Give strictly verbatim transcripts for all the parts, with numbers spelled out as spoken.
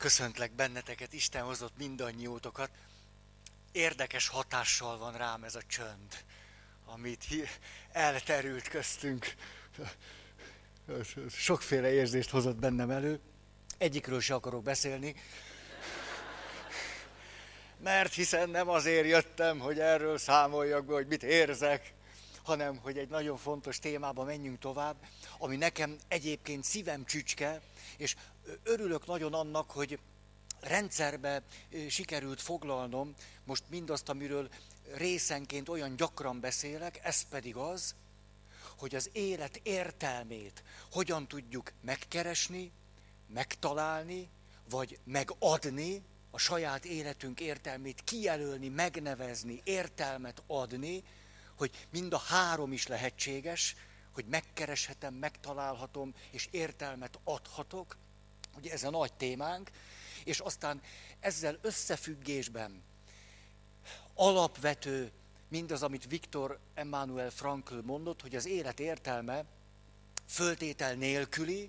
Köszöntlek benneteket, Isten hozott mindannyiótokat. Érdekes hatással van rám ez a csönd, amit elterült köztünk. Sokféle érzést hozott bennem elő. Egyikről se akarok beszélni, mert hiszen nem azért jöttem, hogy erről számoljak be, hogy mit érzek, hanem hogy egy nagyon fontos témába menjünk tovább, ami nekem egyébként szívem csücske, és örülök nagyon annak, hogy rendszerbe sikerült foglalnom most mindazt, amiről részenként olyan gyakran beszélek, ez pedig az, hogy az élet értelmét hogyan tudjuk megkeresni, megtalálni, vagy megadni, a saját életünk értelmét kijelölni, megnevezni, értelmet adni, hogy mind a három is lehetséges, hogy megkereshetem, megtalálhatom, és értelmet adhatok. Ugye ez a nagy témánk, és aztán ezzel összefüggésben alapvető mindaz, amit Viktor Emmanuel Frankl mondott, hogy az élet értelme föltétel nélküli,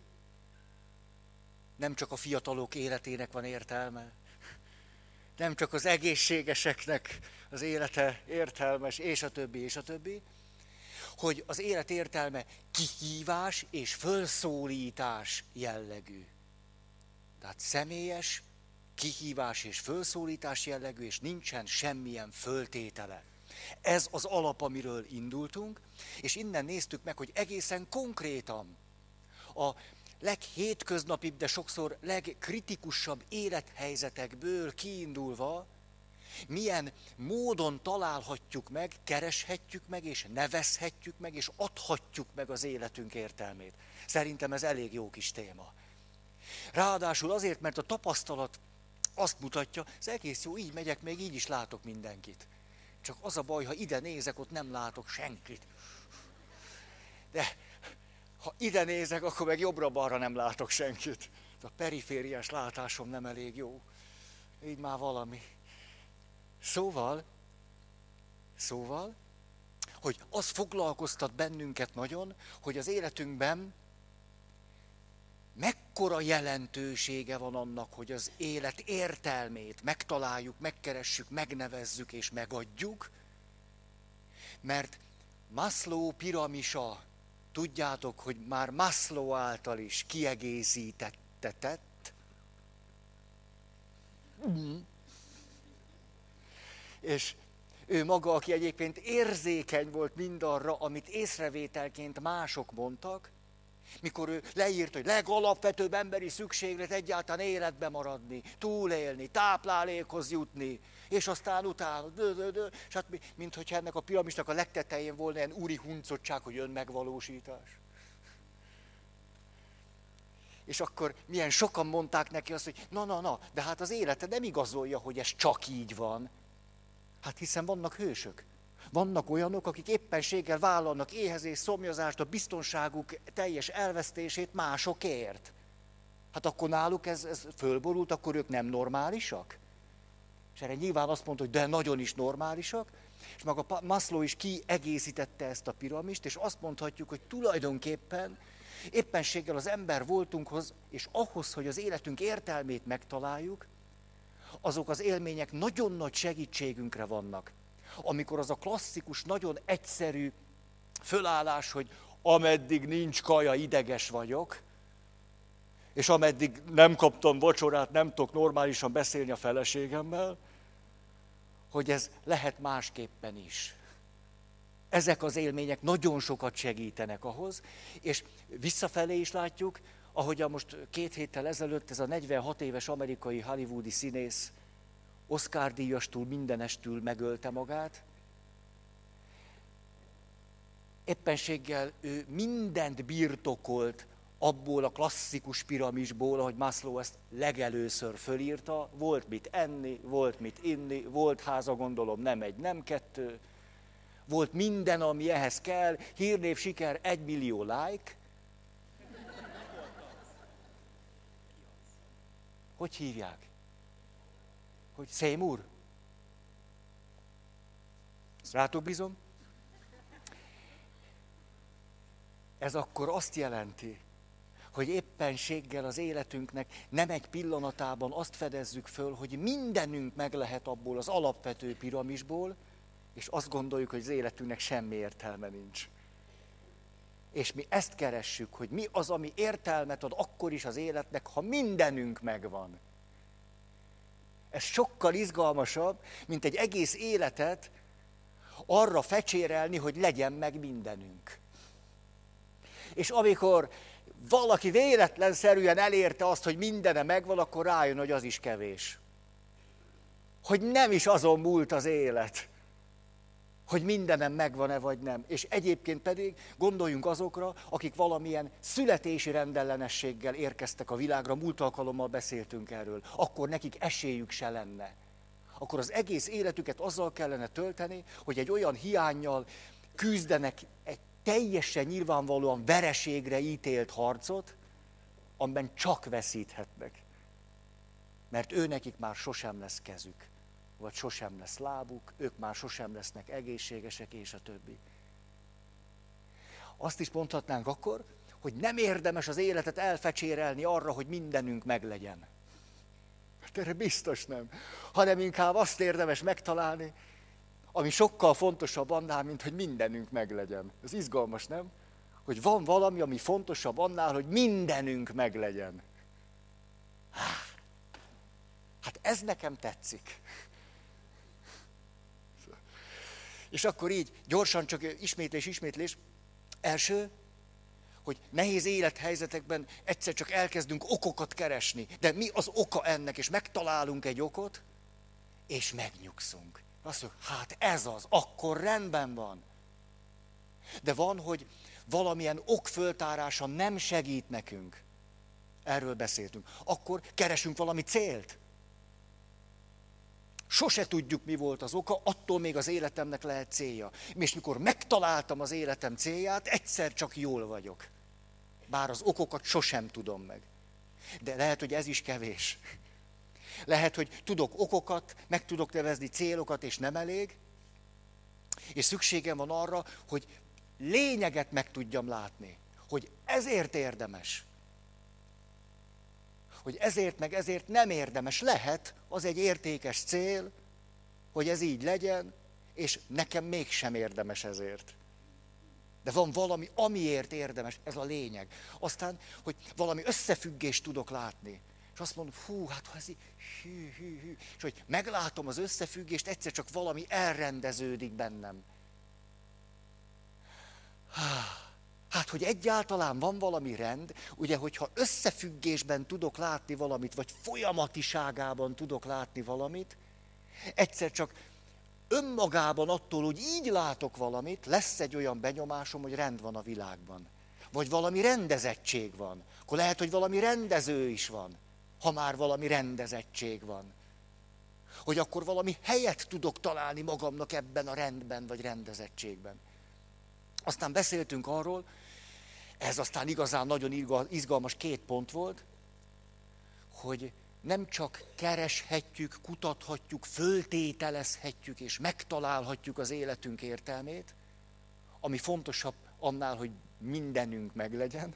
nem csak a fiatalok életének van értelme, nem csak az egészségeseknek az élete értelmes, és a többi, és a többi, hogy az élet értelme kihívás és fölszólítás jellegű. Tehát személyes, kihívás és fölszólítás jellegű, és nincsen semmilyen föltétele. Ez az alap, amiről indultunk, és innen néztük meg, hogy egészen konkrétan a leghétköznapibb, de sokszor legkritikusabb élethelyzetekből kiindulva, milyen módon találhatjuk meg, kereshetjük meg, és nevezhetjük meg, és adhatjuk meg az életünk értelmét. Szerintem ez elég jó kis téma. Ráadásul azért, mert a tapasztalat azt mutatja, ez egész jó, így megyek, még így is látok mindenkit. Csak az a baj, ha ide nézek, ott nem látok senkit. De ha ide nézek, akkor meg jobbra-balra nem látok senkit. A perifériás látásom nem elég jó. Így már valami. Szóval, szóval, hogy az foglalkoztat bennünket nagyon, hogy az életünkben mekkora jelentősége van annak, hogy az élet értelmét megtaláljuk, megkeressük, megnevezzük és megadjuk, mert Maslow piramisa, tudjátok, hogy már Maslow által is kiegészítettetett, mm. és ő maga, aki egyébként érzékeny volt mindarra, amit észrevételként mások mondtak, mikor ő leírt, hogy legalapvetőbb emberi szükséglet egyáltalán életbe maradni, túlélni, táplálékhoz jutni, és aztán utána, dö, dö, dö, és hát minthogyha ennek a piramisnak a legtetején volna ilyen úri huncottság, hogy önmegvalósítás. És akkor milyen sokan mondták neki azt, hogy na, na, na, de hát az élete nem igazolja, hogy ez csak így van. Hát hiszen vannak hősök. Vannak olyanok, akik éppenséggel vállalnak éhezés, szomjazást, a biztonságuk teljes elvesztését másokért. Hát akkor náluk ez, ez fölborult, akkor ők nem normálisak? És erre nyilván azt mondta, hogy de nagyon is normálisak, és maga Maslow is kiegészítette ezt a piramist, és azt mondhatjuk, hogy tulajdonképpen éppenséggel az ember voltunkhoz, és ahhoz, hogy az életünk értelmét megtaláljuk, azok az élmények nagyon nagy segítségünkre vannak. Amikor az a klasszikus, nagyon egyszerű fölállás, hogy ameddig nincs kaja, ideges vagyok, és ameddig nem kaptam vacsorát, nem tudok normálisan beszélni a feleségemmel, hogy ez lehet másképpen is. Ezek az élmények nagyon sokat segítenek ahhoz, és visszafelé is látjuk, ahogy a most két héttel ezelőtt ez a negyvenhat éves amerikai hollywoodi színész Oscar-díjastól mindenestül megölte magát. Éppenséggel ő mindent birtokolt abból a klasszikus piramisból, ahogy Maslow ezt legelőször fölírta. Volt mit enni, volt mit inni, volt háza, gondolom, nem egy, nem kettő. Volt minden, ami ehhez kell, hírnév, siker, egy millió like. Hogy hívják? Hogy Seymour? Ezt rátok bízom? Ez akkor azt jelenti, hogy éppenséggel az életünknek nem egy pillanatában azt fedezzük föl, hogy mindenünk meg lehet abból az alapvető piramisból, és azt gondoljuk, hogy az életünknek semmi értelme nincs. És mi ezt keressük, hogy mi az, ami értelmet ad akkor is az életnek, ha mindenünk megvan. Ez sokkal izgalmasabb, mint egy egész életet arra fecsérelni, hogy legyen meg mindenünk. És amikor valaki véletlenszerűen elérte azt, hogy mindene megvan, akkor rájön, hogy az is kevés. Hogy nem is azon múlt az élet, hogy mindenem megvan-e vagy nem. És egyébként pedig gondoljunk azokra, akik valamilyen születési rendellenességgel érkeztek a világra, múlt alkalommal beszéltünk erről, akkor nekik esélyük se lenne. Akkor az egész életüket azzal kellene tölteni, hogy egy olyan hiánnyal küzdenek egy teljesen nyilvánvalóan vereségre ítélt harcot, amiben csak veszíthetnek. Mert ő nekik már sosem lesz kezük, vagy sosem lesz lábuk, ők már sosem lesznek egészségesek, és a többi. Azt is mondhatnánk akkor, hogy nem érdemes az életet elfecsérelni arra, hogy mindenünk meglegyen. Hát erre biztos nem. Hanem inkább azt érdemes megtalálni, ami sokkal fontosabb annál, mint hogy mindenünk meglegyen. Ez izgalmas, nem? Hogy van valami, ami fontosabb annál, hogy mindenünk meglegyen. Hát ez nekem tetszik. És akkor így, gyorsan csak ismétlés, ismétlés. Első, hogy nehéz élethelyzetekben egyszer csak elkezdünk okokat keresni. De mi az oka ennek? És megtalálunk egy okot, és megnyugszunk. Azt mondjuk, hát ez az, akkor rendben van. De van, hogy valamilyen ok föltárása nem segít nekünk. Erről beszéltünk. Akkor keresünk valami célt. Sose tudjuk, mi volt az oka, attól még az életemnek lehet célja. És mikor megtaláltam az életem célját, egyszer csak jól vagyok. Bár az okokat sosem tudom meg. De lehet, hogy ez is kevés. Lehet, hogy tudok okokat, meg tudok nevezni célokat, és nem elég. És szükségem van arra, hogy lényeget meg tudjam látni. Hogy ezért érdemes. Hogy ezért meg ezért nem érdemes. Lehet, az egy értékes cél, hogy ez így legyen, és nekem mégsem érdemes ezért. De van valami, amiért érdemes, ez a lényeg. Aztán, hogy valami összefüggést tudok látni. És azt mondom, hú, hát ha ez így, hű, hű, hű. És hogy meglátom az összefüggést, egyszer csak valami elrendeződik bennem. Hát, hogy egyáltalán van valami rend, ugye, hogyha összefüggésben tudok látni valamit, vagy folyamatiságában tudok látni valamit, egyszer csak önmagában attól, hogy így látok valamit, lesz egy olyan benyomásom, hogy rend van a világban. Vagy valami rendezettség van. Akkor lehet, hogy valami rendező is van, ha már valami rendezettség van. Hogy akkor valami helyet tudok találni magamnak ebben a rendben, vagy rendezettségben. Aztán beszéltünk arról, ez aztán igazán nagyon izgalmas két pont volt, hogy nem csak kereshetjük, kutathatjuk, föltételezhetjük és megtalálhatjuk az életünk értelmét, ami fontosabb annál, hogy mindenünk meglegyen,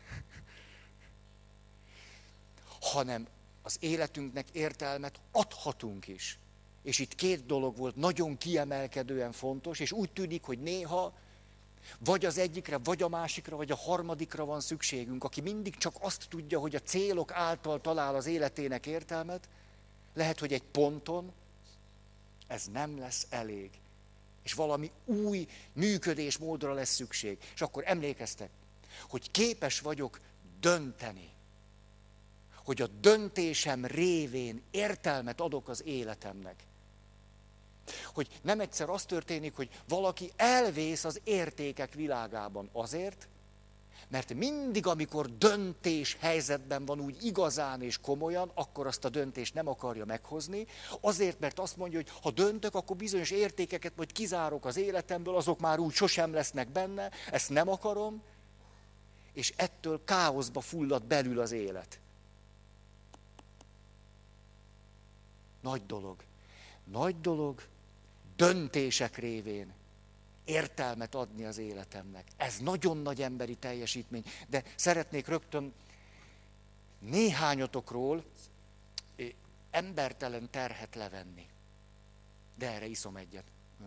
hanem az életünknek értelmet adhatunk is. És itt két dolog volt nagyon kiemelkedően fontos, és úgy tűnik, hogy néha vagy az egyikre, vagy a másikra, vagy a harmadikra van szükségünk, aki mindig csak azt tudja, hogy a célok által talál az életének értelmet, lehet, hogy egy ponton ez nem lesz elég. És valami új működésmódra lesz szükség. És akkor emlékeztek, hogy képes vagyok dönteni. Hogy a döntésem révén értelmet adok az életemnek. Hogy nem egyszer az történik, hogy valaki elvész az értékek világában azért, mert mindig, amikor döntés helyzetben van úgy igazán és komolyan, akkor azt a döntést nem akarja meghozni, azért, mert azt mondja, hogy ha döntök, akkor bizonyos értékeket majd kizárok az életemből, azok már úgy sosem lesznek benne, ezt nem akarom, és ettől káoszba fullad belül az élet. Nagy dolog. Nagy dolog döntések révén értelmet adni az életemnek. Ez nagyon nagy emberi teljesítmény, de szeretnék rögtön néhányatokról embertelen terhet levenni. De erre iszom egyet.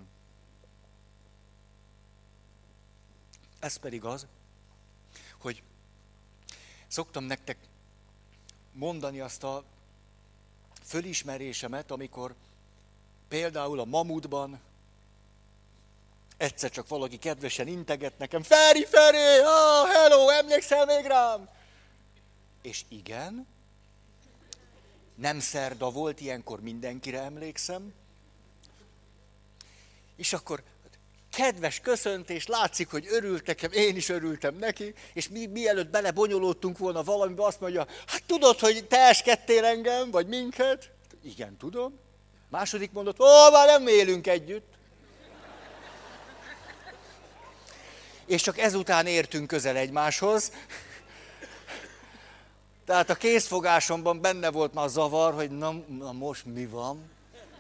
Ez pedig az, hogy szoktam nektek mondani azt a fölismerésemet, amikor például a Mamutban egyszer csak valaki kedvesen integet nekem, Feri, Feri, ah, hello, emlékszel még rám? És igen, nem szerda volt, ilyenkor mindenkire emlékszem, és akkor kedves köszöntés, látszik, hogy örült nekem, én is örültem neki, és mi, mielőtt belebonyolódtunk volna valamibe, azt mondja, hát tudod, hogy te eskedtél engem, vagy minket? Igen, tudom. Második mondott, ó, már nem élünk együtt. És csak ezután értünk közel egymáshoz. Tehát a készfogásomban benne volt már zavar, hogy na, na most mi van?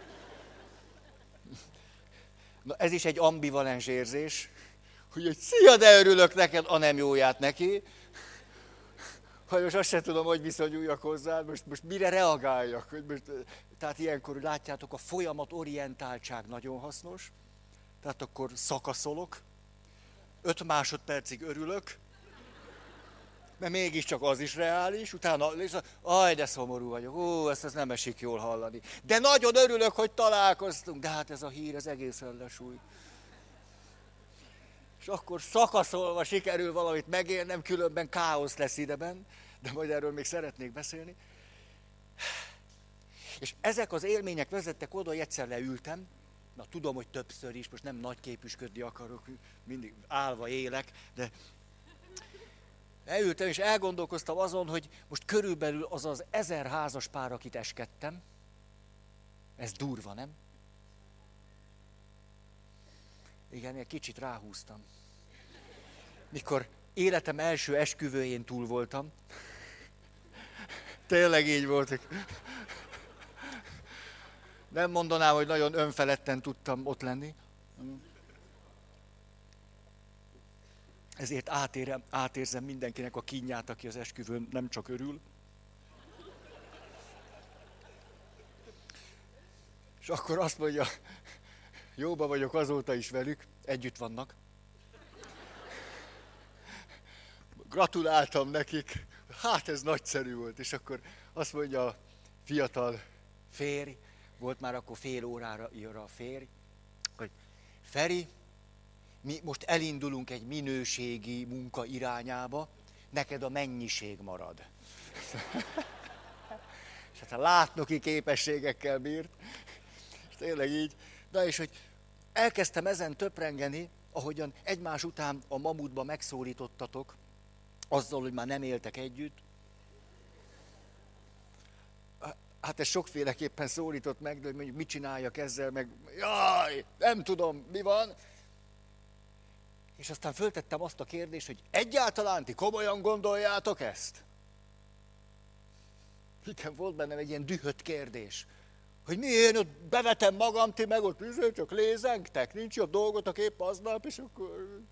Na, ez is egy ambivalens érzés, hogy egy szia, de örülök neked, a nem jóját neki. Hogy most azt sem tudom, hogy viszonyuljak hozzá, most, most mire reagáljak. Most, tehát ilyenkor látjátok, a folyamat orientáltság nagyon hasznos. Tehát akkor szakaszolok, öt másodpercig örülök, mert mégiscsak az is reális, utána, aj, de szomorú vagyok, ó, ezt, ezt nem esik jól hallani. De nagyon örülök, hogy találkoztunk, de hát ez a hír, ez egészen lesújt. És akkor szakaszolva sikerül valamit megélnem, különben káosz lesz ideben, de majd erről még szeretnék beszélni. És ezek az élmények vezettek oda, hogy egyszer leültem, na tudom, hogy többször is, most nem nagyképűsködni akarok, mindig állva élek, de leültem és elgondolkoztam azon, hogy most körülbelül az az ezer házas pár, akit eskedtem, ez durva, nem? Igen, egy kicsit ráhúztam. Mikor életem első esküvőjén túl voltam, tényleg így voltak. Nem mondanám, hogy nagyon önfeledten tudtam ott lenni. Ezért átérem, átérzem mindenkinek a kínját, aki az esküvőn nem csak örül. És akkor azt mondja, jóba vagyok azóta is velük, együtt vannak. Gratuláltam nekik, hát ez nagyszerű volt. És akkor azt mondja a fiatal férj, volt már akkor fél órára jön a férj, hogy Feri, mi most elindulunk egy minőségi munka irányába, neked a mennyiség marad. És hát a látnoki képességekkel bírt, és tényleg így. Na és hogy elkezdtem ezen töprengeni, ahogyan egymás után a Mamutba megszólítottatok, azzal, hogy már nem éltek együtt. Hát ez sokféleképpen szólított meg, de hogy mondjuk mit csináljak ezzel, meg jaj, nem tudom, mi van. És aztán föltettem azt a kérdést, hogy egyáltalán ti komolyan gondoljátok ezt? Igen, volt bennem egy ilyen dühött kérdés. Hogy mi, én ott bevetem magam, ti meg ott csak lézengtek, nincs jobb dolgotok épp aznap, és akkor...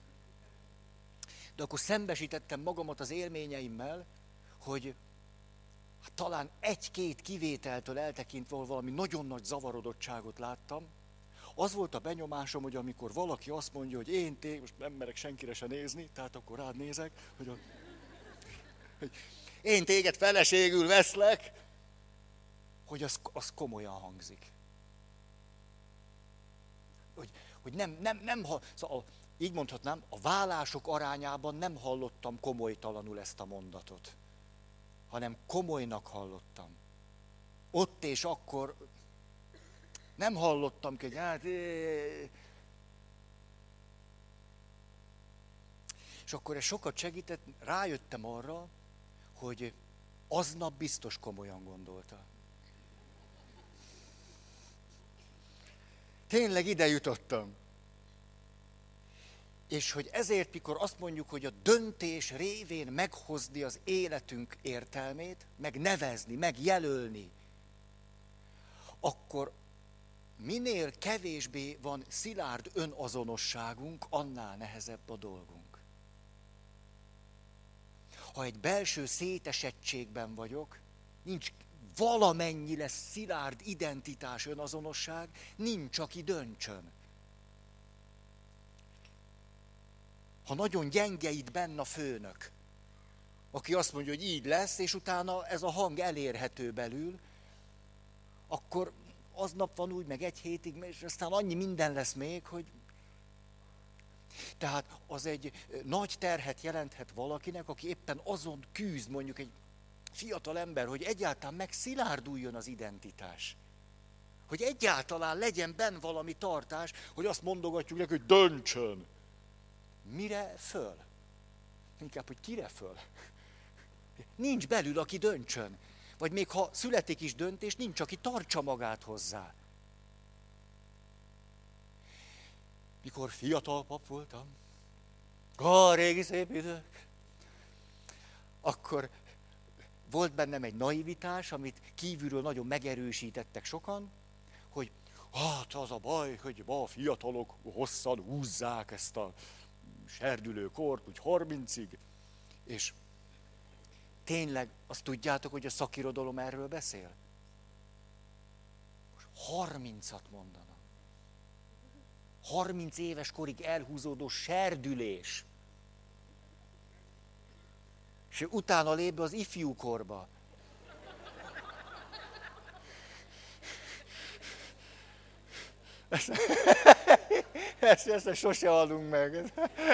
De akkor szembesítettem magamat az élményeimmel, hogy hát talán egy-két kivételtől eltekintve valami nagyon nagy zavarodottságot láttam. Az volt a benyomásom, hogy amikor valaki azt mondja, hogy én té, most nem merek senkire se nézni, tehát akkor rád nézek, hogy, a, hogy én téged feleségül veszlek, hogy az, az komolyan hangzik. Hogy, hogy nem, nem, nem, szóval, így mondhatnám, a vállások arányában nem hallottam komolytalanul ezt a mondatot, hanem komolynak hallottam. Ott és akkor nem hallottam, hogy hát... És akkor ez sokat segített, rájöttem arra, hogy aznap biztos komolyan gondolta. Tényleg ide jutottam. És hogy ezért, mikor azt mondjuk, hogy a döntés révén meghozni az életünk értelmét, meg nevezni, meg jelölni, akkor minél kevésbé van szilárd önazonosságunk, annál nehezebb a dolgunk. ha egy belső szétesettségben vagyok, nincs valamennyi lesz szilárd identitás, önazonosság, nincs, aki döntsön. Ha nagyon gyenge itt benne a főnök, aki azt mondja, hogy így lesz, és utána ez a hang elérhető belül, akkor aznap van úgy, meg egy hétig, és aztán annyi minden lesz még, hogy... Tehát az egy nagy terhet jelenthet valakinek, aki éppen azon küzd, mondjuk egy fiatal ember, hogy egyáltalán megszilárduljon az identitás. Hogy egyáltalán legyen benn valami tartás, hogy azt mondogatjuk neki, hogy döntsön. Mire föl? Inkább, hogy kire föl? Nincs belül, aki döntsön. Vagy még ha születik is döntés, nincs, aki tartsa magát hozzá. Mikor fiatal pap voltam, a régi szép idők, akkor volt bennem egy naivitás, amit kívülről nagyon megerősítettek sokan, hogy hát az a baj, hogy ma a fiatalok hosszan húzzák ezt a serdülő kort, úgy harmincig, és tényleg azt tudjátok, hogy a szakirodalom erről beszél? Most harmincat mondanak. harminc éves korig elhúzódó serdülés. És utána lép be az ifjúkorba. Ezt, ezt, ezt sose halunk meg.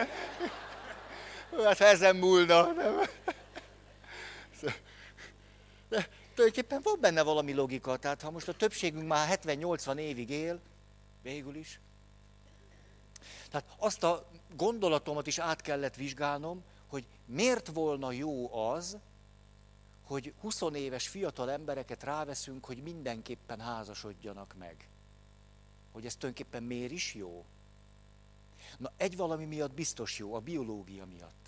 Hát ha ezen múlna. Nem? De tulajdonképpen van benne valami logika. Tehát ha most a többségünk már hetven-nyolcvan évig él, végül is. Tehát azt a gondolatomat is át kellett vizsgálnom, hogy miért volna jó az, hogy huszonéves fiatal embereket ráveszünk, hogy mindenképpen házasodjanak meg. Hogy ez tulajdonképpen miért is jó? Na, egy valami miatt biztos jó, a biológia miatt.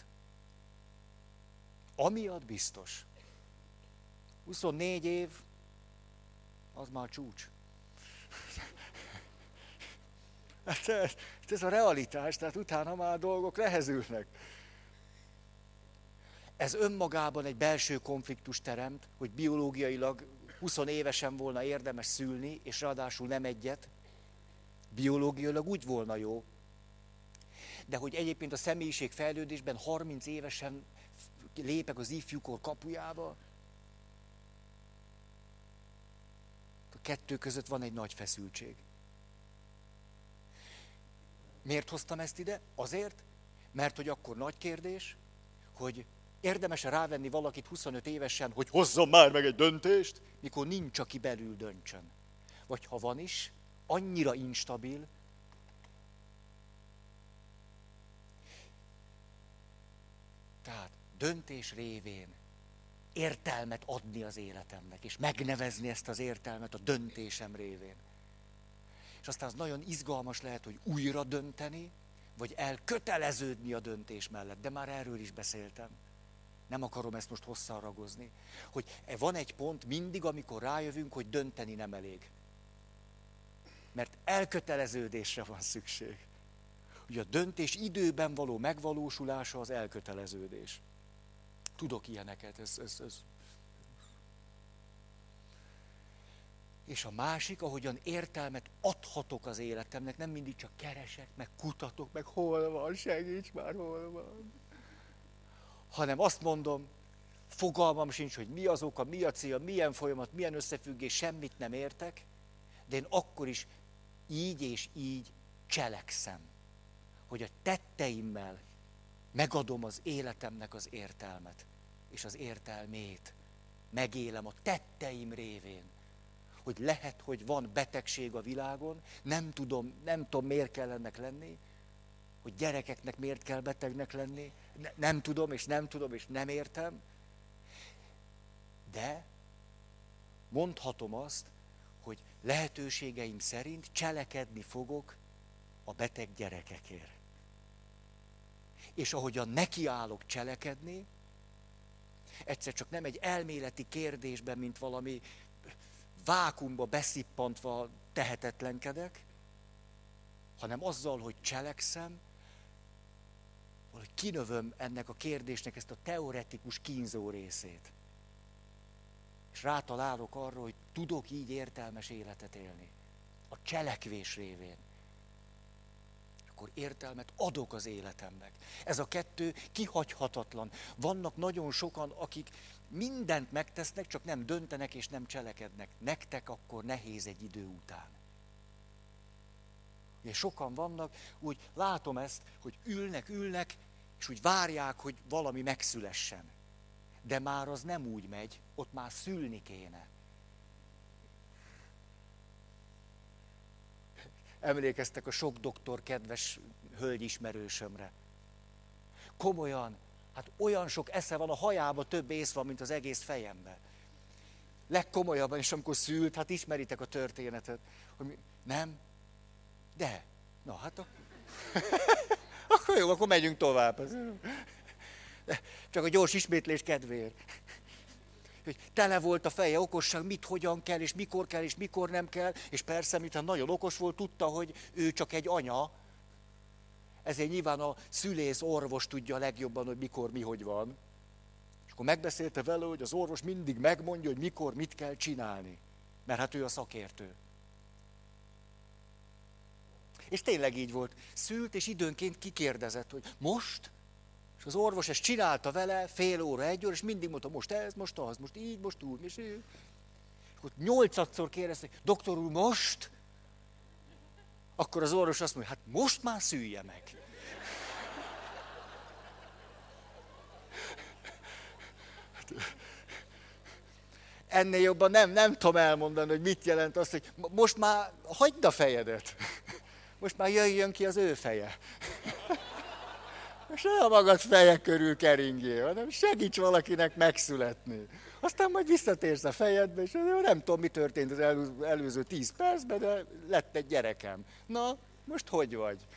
Amiatt biztos. huszonnégy év, az már csúcs. Hát ez, ez a realitás, tehát utána már a dolgok nehezülnek. Ez önmagában egy belső konfliktus teremt, hogy biológiailag húsz évesen volna érdemes szülni, és ráadásul nem egyet. Biológiailag úgy volna jó. De hogy egyébként a személyiség fejlődésben harminc évesen lépek az ifjúkor kapujába, a kettő között van egy nagy feszültség. Miért hoztam ezt ide? Azért, mert hogy akkor nagy kérdés, hogy érdemes-e rávenni valakit huszonöt évesen, hogy hozzon már meg egy döntést, mikor nincs, aki belül döntsön. Vagy ha van is, annyira instabil. Tehát döntés révén értelmet adni az életemnek, és megnevezni ezt az értelmet a döntésem révén. És aztán az nagyon izgalmas lehet, hogy újra dönteni, vagy elköteleződni a döntés mellett. De már erről is beszéltem. Nem akarom ezt most hosszan ragozni. Hogy van egy pont mindig, amikor rájövünk, hogy dönteni nem elég. Mert elköteleződésre van szükség. Ugye a döntés időben való megvalósulása az elköteleződés. Tudok ilyeneket. Ez, ez, ez. És a másik, ahogyan értelmet adhatok az életemnek, nem mindig csak keresek, meg kutatok, meg hol van, segíts már, hol van. Hanem azt mondom, fogalmam sincs, hogy mi az oka, mi a cél, milyen folyamat, milyen összefüggés, semmit nem értek, de én akkor is így és így cselekszem, hogy a tetteimmel megadom az életemnek az értelmet, és az értelmét megélem a tetteim révén. Hogy lehet, hogy van betegség a világon, nem tudom, nem tudom, miért kell ennek lenni, hogy gyerekeknek miért kell betegnek lenni, ne, nem tudom, és nem tudom, és nem értem, de mondhatom azt, hogy lehetőségeim szerint cselekedni fogok a beteg gyerekekért. És ahogyan nekiállok cselekedni, egyszer csak nem egy elméleti kérdésben, mint valami vákumba beszippantva tehetetlenkedek, hanem azzal, hogy cselekszem, valahogy kinövöm ennek a kérdésnek ezt a teoretikus kínzó részét. És rátalálok arra, hogy tudok így értelmes életet élni. A cselekvés révén. Akkor értelmet adok az életemnek. Ez a kettő kihagyhatatlan. Vannak nagyon sokan, akik mindent megtesznek, csak nem döntenek és nem cselekednek. Nektek akkor nehéz egy idő után. Ugye sokan vannak, úgy látom ezt, hogy ülnek, ülnek, és úgy várják, hogy valami megszülessen. De már az nem úgy megy, ott már szülni kéne. Emlékeztek a sok doktor kedves hölgyismerősömre. Komolyan, hát olyan sok esze van, a hajába több ész van, mint az egész fejemben. Legkomolyabban is, amikor szült, hát ismeritek a történetet. Hogy mi, nem? De. Na hát a... akkor jó, akkor megyünk tovább. Csak a gyors ismétlés kedvéért. Hogy tele volt a feje okosság, mit, hogyan kell, és mikor kell, és mikor nem kell, és persze, miután nagyon okos volt, tudta, hogy ő csak egy anya, ezért nyilván a szülész orvos tudja a legjobban, hogy mikor, mi, hogy van. És akkor megbeszélte vele, hogy az orvos mindig megmondja, hogy mikor, mit kell csinálni. Mert hát ő a szakértő. És tényleg így volt. Szült, és időnként kikérdezett, hogy most? És az orvos ezt csinálta vele fél óra, egy óra, és mindig mondta, most ez, most az, most így, most úgy, és így. És akkor nyolcadszor kérdezte, doktor úr, most? Akkor az orvos azt mondja, hát most már szülje meg. Ennél jobban nem, nem tudom elmondani, hogy mit jelent az, hogy most már hagyd a fejedet. Most már jöjjön ki az ő feje. És ne a magad feje körül keringjél, hanem segíts valakinek megszületni. Aztán majd visszatérsz a fejedbe, és nem tudom, mi történt az előző tíz percben, de lett egy gyerekem. Na, most hogy vagy?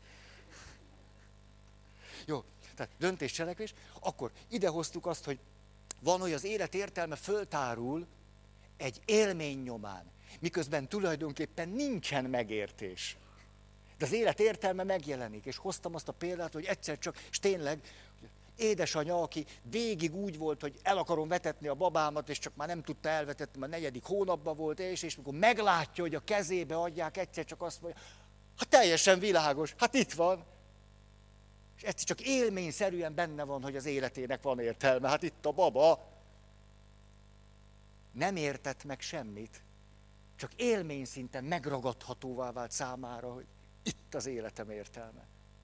Jó, tehát döntés, cselekvés. Akkor idehoztuk azt, hogy van, hogy az élet értelme föltárul egy élmény nyomán, miközben tulajdonképpen nincsen megértés. De az élet értelme megjelenik, és hoztam azt a példát, hogy egyszer csak, és tényleg, édesanyja, aki végig úgy volt, hogy el akarom vetetni a babámat, és csak már nem tudta elvetetni, a negyedik hónapban volt, és, és mikor meglátja, hogy a kezébe adják, egyszer csak azt mondja, hát teljesen világos, hát itt van. És egyszer csak élményszerűen benne van, hogy az életének van értelme, hát itt a baba. Nem értett meg semmit, csak élmény szinten megragadhatóvá vált számára, hogy itt az életem értelme.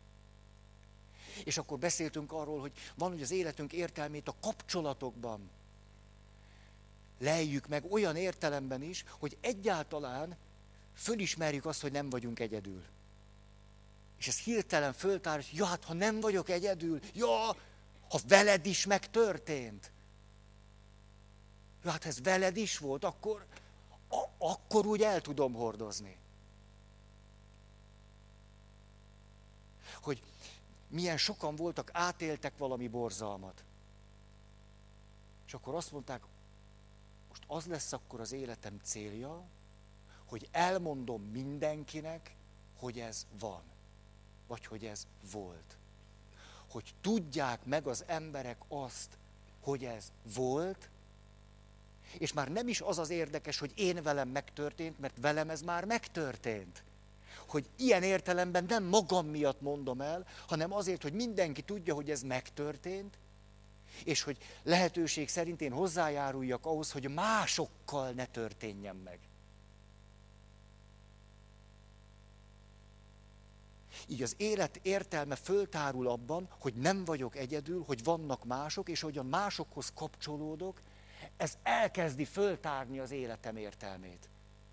És akkor beszéltünk arról, hogy van, hogy az életünk értelmét a kapcsolatokban lejjük meg olyan értelemben is, hogy egyáltalán fölismerjük azt, hogy nem vagyunk egyedül. És ez hirtelen föltár, hogy ja, hát ha nem vagyok egyedül, ja, ha veled is megtörtént. Ja, hát ez veled is volt, akkor, a, akkor úgy el tudom hordozni. Hogy milyen sokan voltak, átéltek valami borzalmat. És akkor azt mondták, most az lesz akkor az életem célja, hogy elmondom mindenkinek, hogy ez van. Vagy hogy ez volt. Hogy tudják meg az emberek azt, hogy ez volt, és már nem is az az érdekes, hogy én velem megtörtént, mert velem ez már megtörtént. Hogy ilyen értelemben nem magam miatt mondom el, hanem azért, hogy mindenki tudja, hogy ez megtörtént, és hogy lehetőség szerint én hozzájáruljak ahhoz, hogy másokkal ne történjen meg. Így az élet értelme föltárul abban, hogy nem vagyok egyedül, hogy vannak mások, és hogy a másokhoz kapcsolódok, ez elkezdi föltárni az életem értelmét.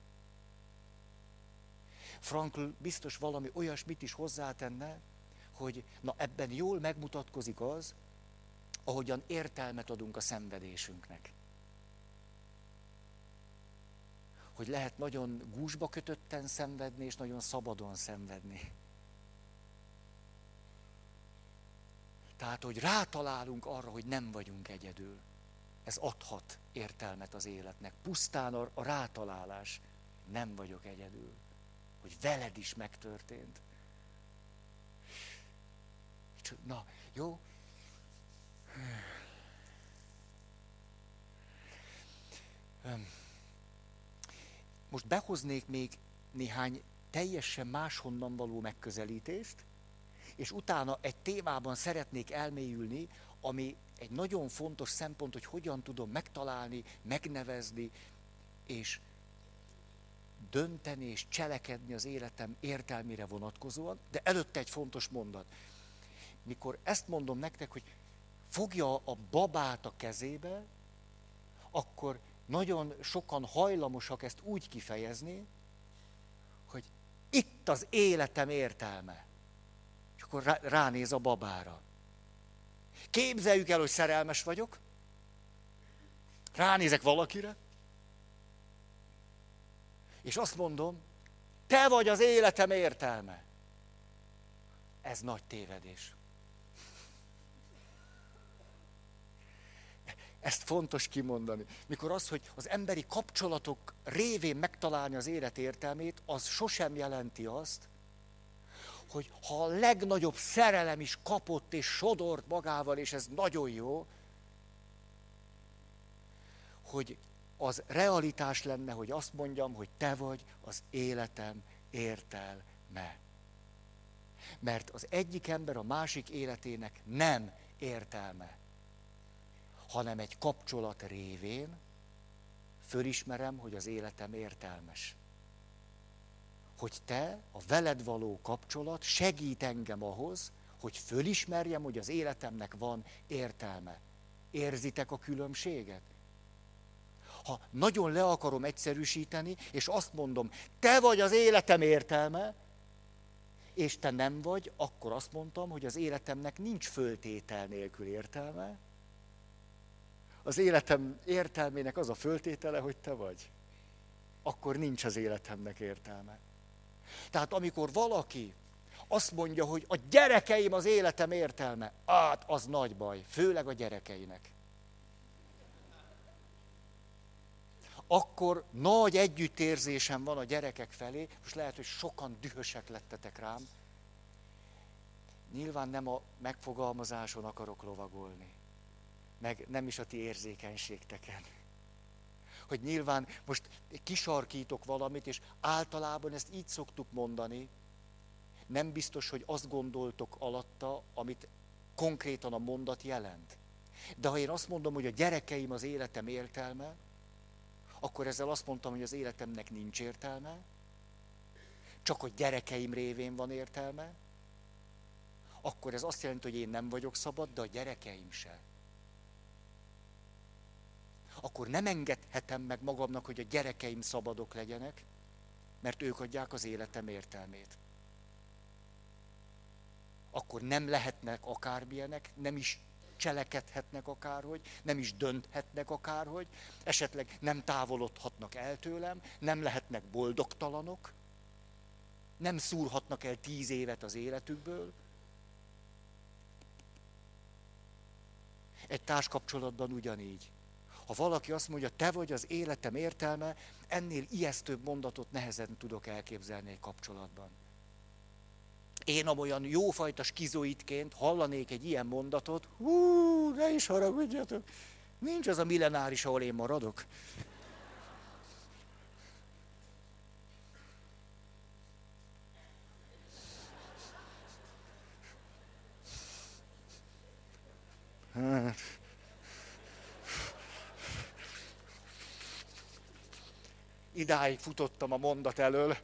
Frankl biztos valami olyasmit is hozzátenne, hogy na ebben jól megmutatkozik az, ahogyan értelmet adunk a szenvedésünknek. Hogy lehet nagyon gúzsba kötötten szenvedni, és nagyon szabadon szenvedni. Tehát, hogy rátalálunk arra, hogy nem vagyunk egyedül. Ez adhat értelmet az életnek. Pusztán a, a rátalálás. Nem vagyok egyedül. Hogy veled is megtörtént. És És na, jó? Most behoznék még néhány teljesen máshonnan való megközelítést, és utána egy témában szeretnék elmélyülni, ami egy nagyon fontos szempont, hogy hogyan tudom megtalálni, megnevezni, és dönteni és cselekedni az életem értelmére vonatkozóan, de előtte egy fontos mondat. Mikor ezt mondom nektek, hogy fogja a babát a kezébe, akkor nagyon sokan hajlamosak ezt úgy kifejezni, hogy itt az életem értelme. És akkor rá, ránéz a babára. Képzeljük el, hogy szerelmes vagyok, ránézek valakire, és azt mondom, te vagy az életem értelme. Ez nagy tévedés. Ezt fontos kimondani. Mikor az, hogy az emberi kapcsolatok révén megtalálni az élet értelmét, az sosem jelenti azt, hogy ha a legnagyobb szerelem is kapott és sodort magával, és ez nagyon jó, hogy az realitás lenne, hogy azt mondjam, hogy te vagy az életem értelme. Mert az egyik ember a másik életének nem értelme, hanem egy kapcsolat révén fölismerem, hogy az életem értelmes. Hogy te, a veled való kapcsolat segít engem ahhoz, hogy fölismerjem, hogy az életemnek van értelme. Érzitek a különbséget? Ha nagyon le akarom egyszerűsíteni, és azt mondom, te vagy az életem értelme, és te nem vagy, akkor azt mondtam, hogy az életemnek nincs föltétel nélkül értelme. Az életem értelmének az a föltétele, hogy te vagy. Akkor nincs az életemnek értelme. Tehát amikor valaki azt mondja, hogy a gyerekeim az életem értelme, át az nagy baj, főleg a gyerekeinek. Akkor nagy együttérzésem van a gyerekek felé, most lehet, hogy sokan dühösek lettetek rám. Nyilván nem a megfogalmazáson akarok lovagolni, meg nem is a ti érzékenységteken. Hogy nyilván most kisarkítok valamit, és általában ezt így szoktuk mondani, nem biztos, hogy azt gondoltok alatta, amit konkrétan a mondat jelent. De ha én azt mondom, hogy a gyerekeim az életem értelme, akkor ezzel azt mondtam, hogy az életemnek nincs értelme, csak a gyerekeim révén van értelme, akkor ez azt jelenti, hogy én nem vagyok szabad, de a gyerekeim se. Akkor nem engedhetem meg magamnak, hogy a gyerekeim szabadok legyenek, mert ők adják az életem értelmét. Akkor nem lehetnek akármilyenek, nem is cselekedhetnek akárhogy, nem is dönthetnek akárhogy, esetleg nem távolodhatnak el tőlem, nem lehetnek boldogtalanok, nem szúrhatnak el tíz évet az életükből. Egy társkapcsolatban ugyanígy. Ha valaki azt mondja, te vagy az életem értelme, ennél ijesztőbb mondatot nehezen tudok elképzelni egy kapcsolatban. Én amolyan jófajta skizoidként hallanék egy ilyen mondatot, hú, ne is haragudjatok, nincs az a millenáris, ahol én maradok. Hát. Idáig futottam a mondat elől.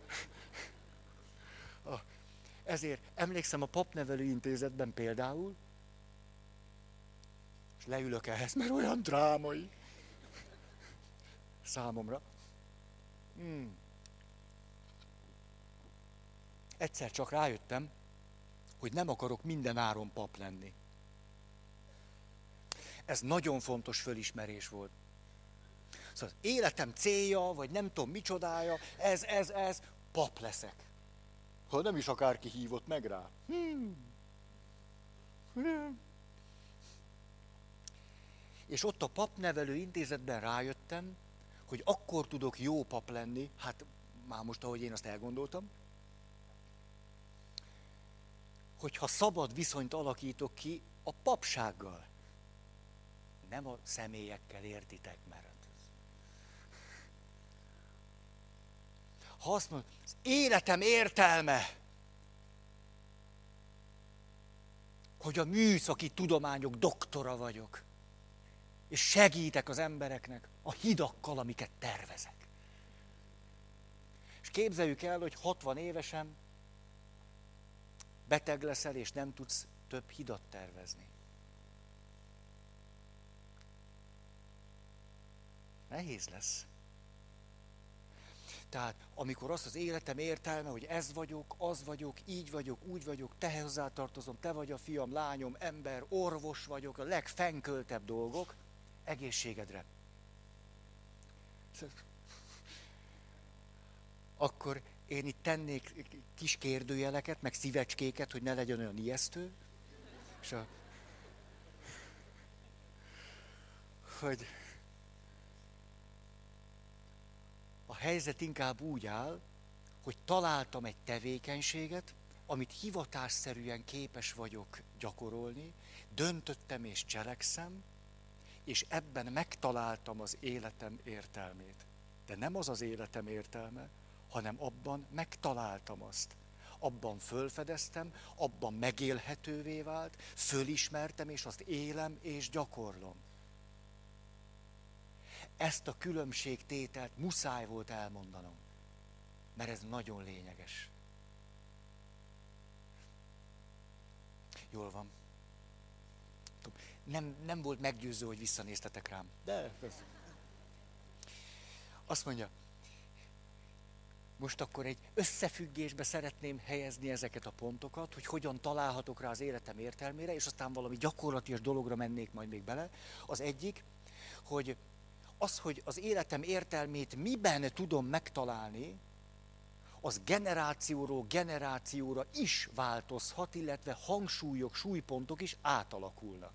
Ezért emlékszem a papnevelő intézetben például, és leülök ehhez, mert olyan drámai számomra. Hmm. Egyszer csak rájöttem, hogy nem akarok minden áron pap lenni. Ez nagyon fontos fölismerés volt. Szóval az életem célja, vagy nem tudom micsodája, ez, ez, ez, pap leszek. Ha nem is akárki hívott meg rá. Hmm. Hmm. És ott a papnevelő intézetben rájöttem, hogy akkor tudok jó pap lenni, hát már most, ahogy én azt elgondoltam, hogyha szabad viszonyt alakítok ki a papsággal. Nem a személyekkel, értitek, mert ha azt mondom, az életem értelme, hogy a műszaki tudományok doktora vagyok, és segítek az embereknek a hidakkal, amiket tervezek. És képzeljük el, hogy hatvan évesen beteg leszel, és nem tudsz több hidat tervezni. Nehéz lesz. Tehát amikor azt az életem értelme, hogy ez vagyok, az vagyok, így vagyok, úgy vagyok, te hozzátartozom, te vagy a fiam, lányom, ember, orvos vagyok, a legfenköltebb dolgok, egészségedre. Akkor én itt tennék kis kérdőjeleket, meg szívecskéket, hogy ne legyen olyan ijesztő. És a... hogy a helyzet inkább úgy áll, hogy találtam egy tevékenységet, amit hivatásszerűen képes vagyok gyakorolni, döntöttem és cselekszem, és ebben megtaláltam az életem értelmét. De nem az az életem értelme, hanem abban megtaláltam azt. Abban fölfedeztem, abban megélhetővé vált, fölismertem, és azt élem és gyakorlom. Ezt a különbségtételt muszáj volt elmondanom, mert ez nagyon lényeges. Jól van. Nem, nem volt meggyőző, hogy visszanéztetek rám. De azt mondja, most akkor egy összefüggésbe szeretném helyezni ezeket a pontokat, hogy hogyan találhatok rá az életem értelmére, és aztán valami gyakorlatias dologra mennék majd még bele. Az egyik, hogy az, hogy az életem értelmét miben tudom megtalálni, az generációról generációra is változhat, illetve hangsúlyok, súlypontok is átalakulnak.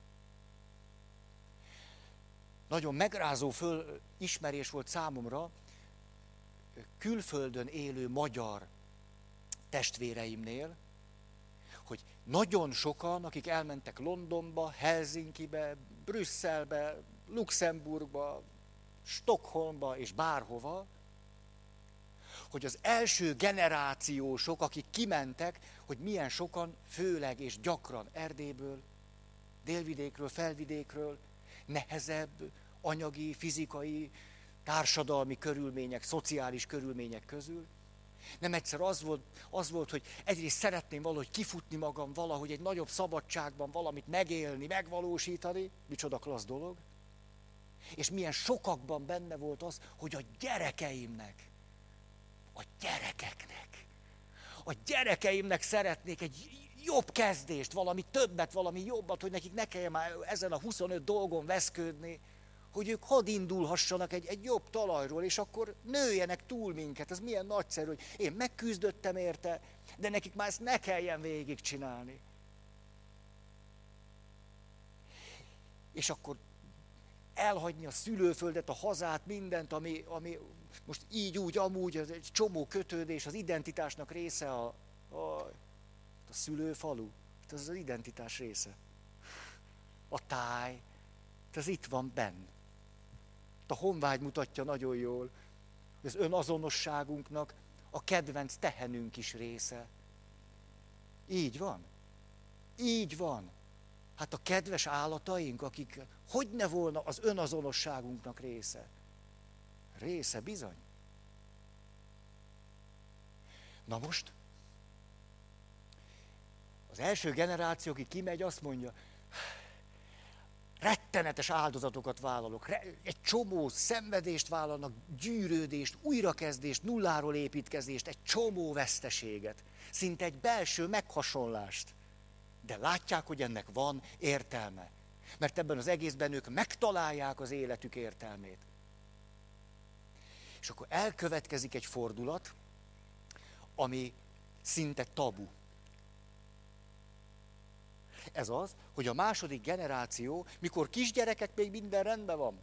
Nagyon megrázó fölismerés volt számomra külföldön élő magyar testvéreimnél, hogy nagyon sokan, akik elmentek Londonba, Helsinkibe, Brüsszelbe, Luxemburgba, Stockholmba és bárhova, hogy az első generációsok, akik kimentek, hogy milyen sokan, főleg és gyakran Erdélyből, délvidékről, felvidékről, nehezebb anyagi, fizikai, társadalmi körülmények, szociális körülmények közül. Nem egyszer az volt, az volt, hogy egyrészt szeretném valahogy kifutni magam, valahogy egy nagyobb szabadságban valamit megélni, megvalósítani, micsoda klassz dolog. És milyen sokakban benne volt az, hogy a gyerekeimnek, a gyerekeknek, a gyerekeimnek szeretnék egy jobb kezdést, valami többet, valami jobbat, hogy nekik ne kelljen már ezen a huszonöt dolgon veszködni, hogy ők hadd indulhassanak egy, egy jobb talajról, és akkor nőjenek túl minket. Ez milyen nagyszerű, hogy én megküzdöttem érte, de nekik már ezt ne kelljen végigcsinálni. És akkor elhagyni a szülőföldet, a hazát, mindent, ami, ami most így, úgy, amúgy, az egy csomó kötődés, az identitásnak része a, a, a szülőfalu. Ez az identitás része. A táj. Ez itt van benn. A honvágy mutatja nagyon jól, hogy az önazonosságunknak a kedvenc tehenünk is része. Így van. Így van. Hát a kedves állataink, akik, hogy ne volna az önazonosságunknak része? Része bizony. Na most, az első generáció, aki kimegy, azt mondja, rettenetes áldozatokat vállalok, egy csomó szenvedést vállalnak, gyűrődést, újrakezdést, nulláról építkezést, egy csomó veszteséget, szinte egy belső meghasonlást. De látják, hogy ennek van értelme. Mert ebben az egészben ők megtalálják az életük értelmét. És akkor elkövetkezik egy fordulat, ami szinte tabu. Ez az, hogy a második generáció, mikor kisgyerekek, még minden rendben van.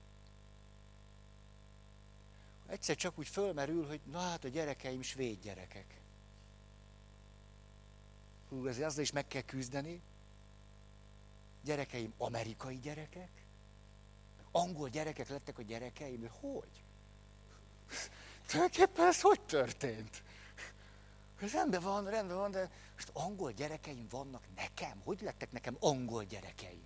Egyszer csak úgy fölmerül, hogy na hát a gyerekeim svéd gyerekek. hú, ezzel azzal is meg kell küzdeni. Gyerekeim amerikai gyerekek, angol gyerekek lettek a gyerekeim, de hogy? Tulajdonképpen ez hogy történt? Ez rendben van, rendben van, de most angol gyerekeim vannak nekem? Hogy lettek nekem angol gyerekeim?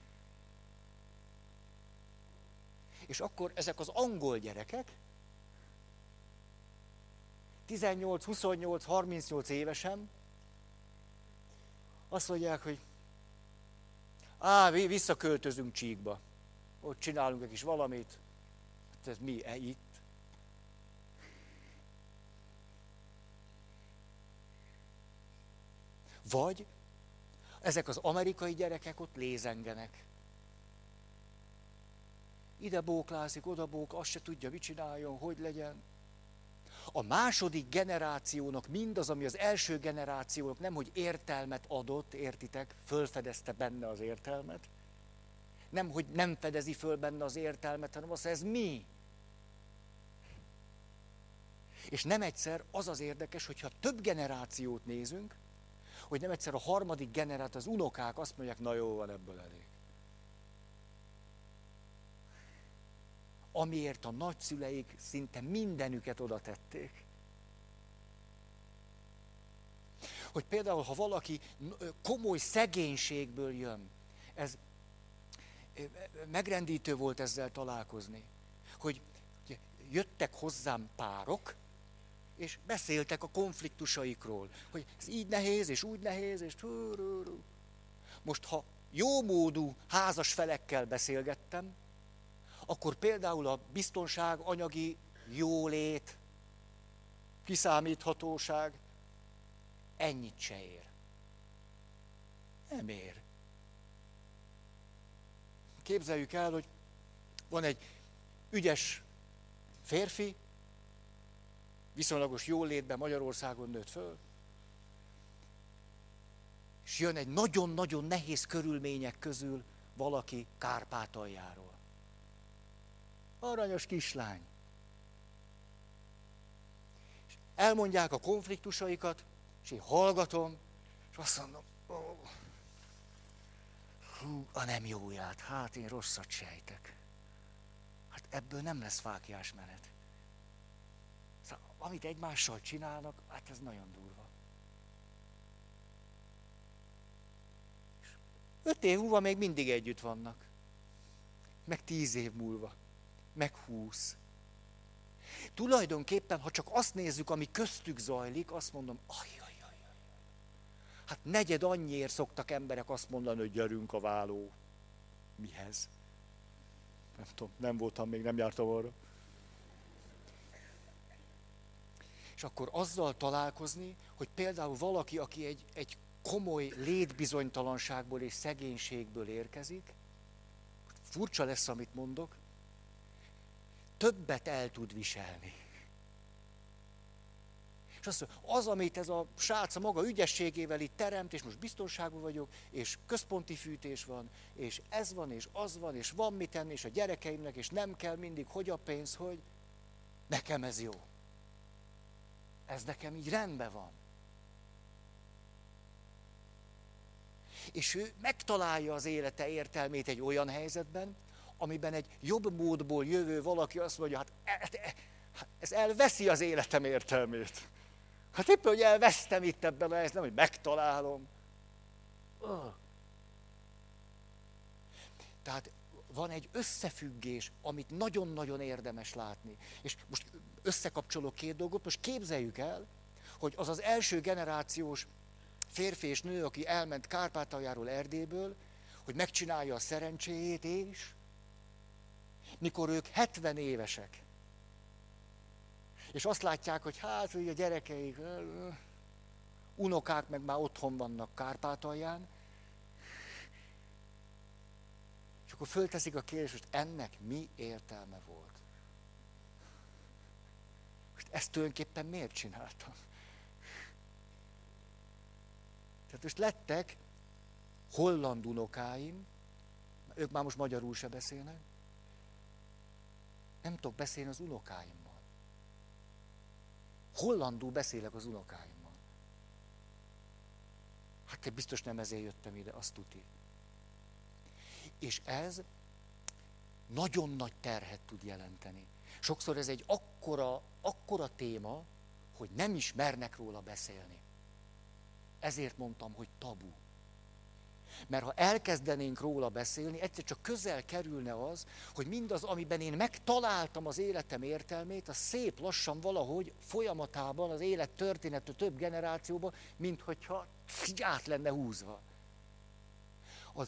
És akkor ezek az angol gyerekek, tizennyolc, huszonnyolc, harmincnyolc évesen, azt mondják, hogy á, visszaköltözünk Csíkba. Ott csinálunk egy kis valamit. Hát ez mi e itt? Vagy ezek az amerikai gyerekek ott lézengenek. Ide bóklászik, oda bók, azt se tudja, mit csináljon, hogy legyen. A második generációnak mindaz, ami az első generációnak nemhogy értelmet adott, értitek, fölfedezte benne az értelmet. Nem, hogy nem fedezi föl benne az értelmet, hanem azt mondja, ez mi? És nem egyszer az az érdekes, hogyha több generációt nézünk, hogy nem egyszer a harmadik generáció, az unokák azt mondják, na jó, van ebből elég. Amiért a nagyszüleik szinte mindenüket oda tették. Hogy például, ha valaki komoly szegénységből jön, ez megrendítő volt ezzel találkozni, hogy jöttek hozzám párok, és beszéltek a konfliktusaikról, hogy ez így nehéz, és úgy nehéz, és... Most, ha jómódú házas felekkel beszélgettem, akkor például a biztonság, anyagi jólét, kiszámíthatóság ennyit se ér. Nem ér. Képzeljük el, hogy van egy ügyes férfi, viszonylagos jólétben Magyarországon nőtt föl, és jön egy nagyon-nagyon nehéz körülmények közül valaki Kárpátaljáról. Aranyos kislány. És elmondják a konfliktusaikat, és én hallgatom, és azt mondom, ó, hú, a nem jóját, hát én rosszat sejtek. Hát ebből nem lesz fáklyás menet. Szóval, amit egymással csinálnak, hát ez nagyon durva. És öt év múlva még mindig együtt vannak. Meg tíz év múlva. Meg húsz. Tulajdonképpen, ha csak azt nézzük, ami köztük zajlik, azt mondom, ajjajajaj. Hát negyed annyiért szoktak emberek azt mondani, hogy gyerünk a váló. Mihez? Nem tudom, nem voltam még, nem jártam arra. És akkor azzal találkozni, hogy például valaki, aki egy, egy komoly létbizonytalanságból és szegénységből érkezik, furcsa lesz, amit mondok, többet el tud viselni. És azt mondja, az, amit ez a srác a maga ügyességével itt teremt, és most biztonságban vagyok, és központi fűtés van, és ez van, és az van, és van mit tenni, és a gyerekeimnek, és nem kell mindig, hogy a pénz, hogy nekem ez jó. Ez nekem így rendben van. És ő megtalálja az élete értelmét egy olyan helyzetben, amiben egy jobb módból jövő valaki azt mondja, hát ez elveszi az életem értelmét. Hát éppen, hogy elvesztem itt ebben a helyzetben, hogy megtalálom. Oh. Tehát van egy összefüggés, amit nagyon-nagyon érdemes látni. És most összekapcsolok két dolgot, most képzeljük el, hogy az az első generációs férfi és nő, aki elment Kárpátaljáról, Erdélyből, hogy megcsinálja a szerencséjét, és mikor ők hetven évesek, és azt látják, hogy hát, hogy a gyerekeik, unokák meg már otthon vannak Kárpátalján, és akkor fölteszik a kérdést, hogy ennek mi értelme volt? Most ezt tulajdonképpen miért csináltam? Tehát most lettek holland unokáim, ők már most magyarul se beszélnek, nem tudok beszélni az unokáimmal. Hollandul beszélek az unokáimmal. Hát te biztos nem ezért jöttem ide, azt tuti. És ez nagyon nagy terhet tud jelenteni. Sokszor ez egy akkora, akkora téma, hogy nem is mernek róla beszélni. Ezért mondtam, hogy tabu. Mert ha elkezdenénk róla beszélni, egyszer csak közel kerülne az, hogy mindaz, amiben én megtaláltam az életem értelmét, az szép lassan valahogy folyamatában az élet története több generációban, mint hogyha át lenne húzva. Az...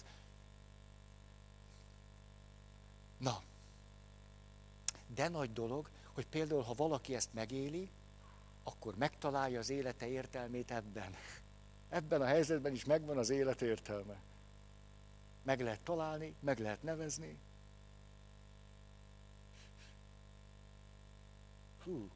Na, de nagy dolog, hogy például, ha valaki ezt megéli, akkor megtalálja az élete értelmét ebben. Ebben a helyzetben is megvan az élet értelme. Meg lehet találni, meg lehet nevezni. Hú.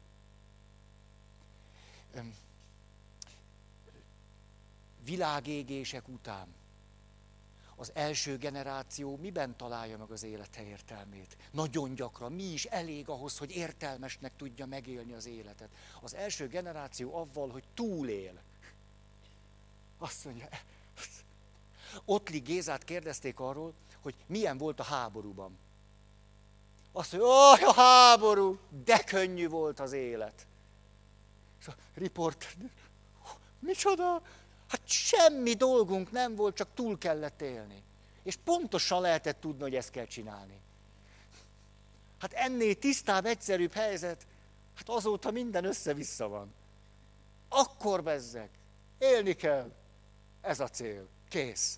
Világégések után az első generáció miben találja meg az élete értelmét? Nagyon gyakran. Mi is elég ahhoz, hogy értelmesnek tudja megélni az életet. Az első generáció avval, hogy túlél. Azt mondja, Ottli Gézát kérdezték arról, hogy milyen volt a háborúban. Azt mondja, ó, a háború, de könnyű volt az élet. És a riport, micsoda? Hát semmi dolgunk nem volt, csak túl kellett élni. És pontosan lehetett tudni, hogy ezt kell csinálni. Hát ennél tisztább, egyszerűbb helyzet, hát azóta minden össze-vissza van. Akkor bezzeg, élni kell. Ez a cél. Kész.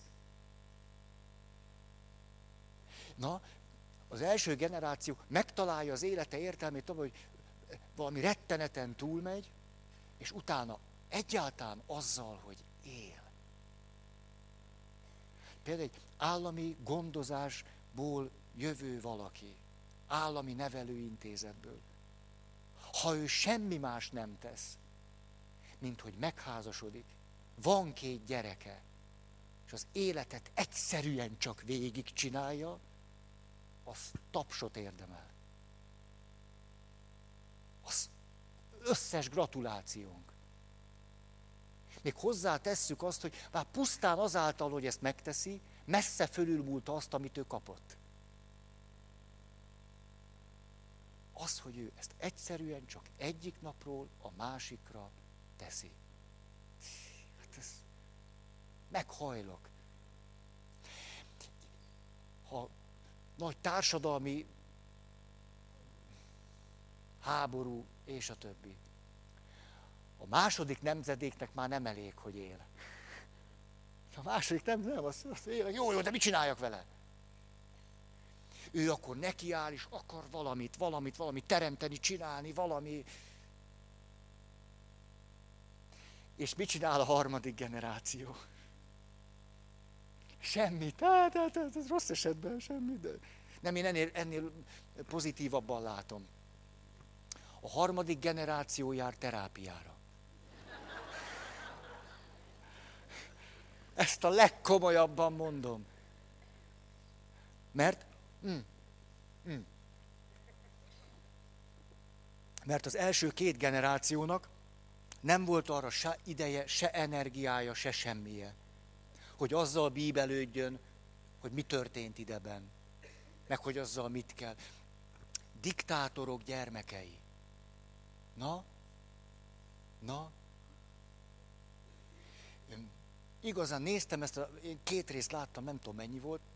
Na, az első generáció megtalálja az élete értelmét abban, hogy valami retteneten túlmegy, és utána egyáltalán azzal, hogy él. Például egy állami gondozásból jövő valaki, állami nevelőintézetből, ha ő semmi más nem tesz, mint hogy megházasodik, van két gyereke, és az életet egyszerűen csak végigcsinálja, az tapsot érdemel. Az összes gratulációnk. Még hozzátesszük azt, hogy már pusztán azáltal, hogy ezt megteszi, messze fölülmúlta azt, amit ő kapott. Az, hogy ő ezt egyszerűen csak egyik napról a másikra teszi. Hát ez meghajlok. Ha nagy társadalmi háború és a többi. A második nemzedéknek már nem elég, hogy él. A második nem, nem, azt, azt él, jó, jó, de mit csináljak vele? Ő akkor nekiáll, és akar valamit, valamit, valamit teremteni, csinálni, valami. És mit csinál a harmadik generáció? Semmit. Hát, hát, hát, ez rossz esetben semmit. De... Nem, én ennél, ennél pozitívabban látom. A harmadik generáció jár terápiára. Ezt a legkomolyabban mondom. Mert... Mm, mm. Mert az első két generációnak nem volt arra se ideje, se energiája, se semmije, hogy azzal bíbelődjön, hogy mi történt ideben, meg hogy azzal mit kell. Diktátorok gyermekei. Na? Na? Igazán néztem ezt, a, én két részt láttam, nem tudom mennyi volt.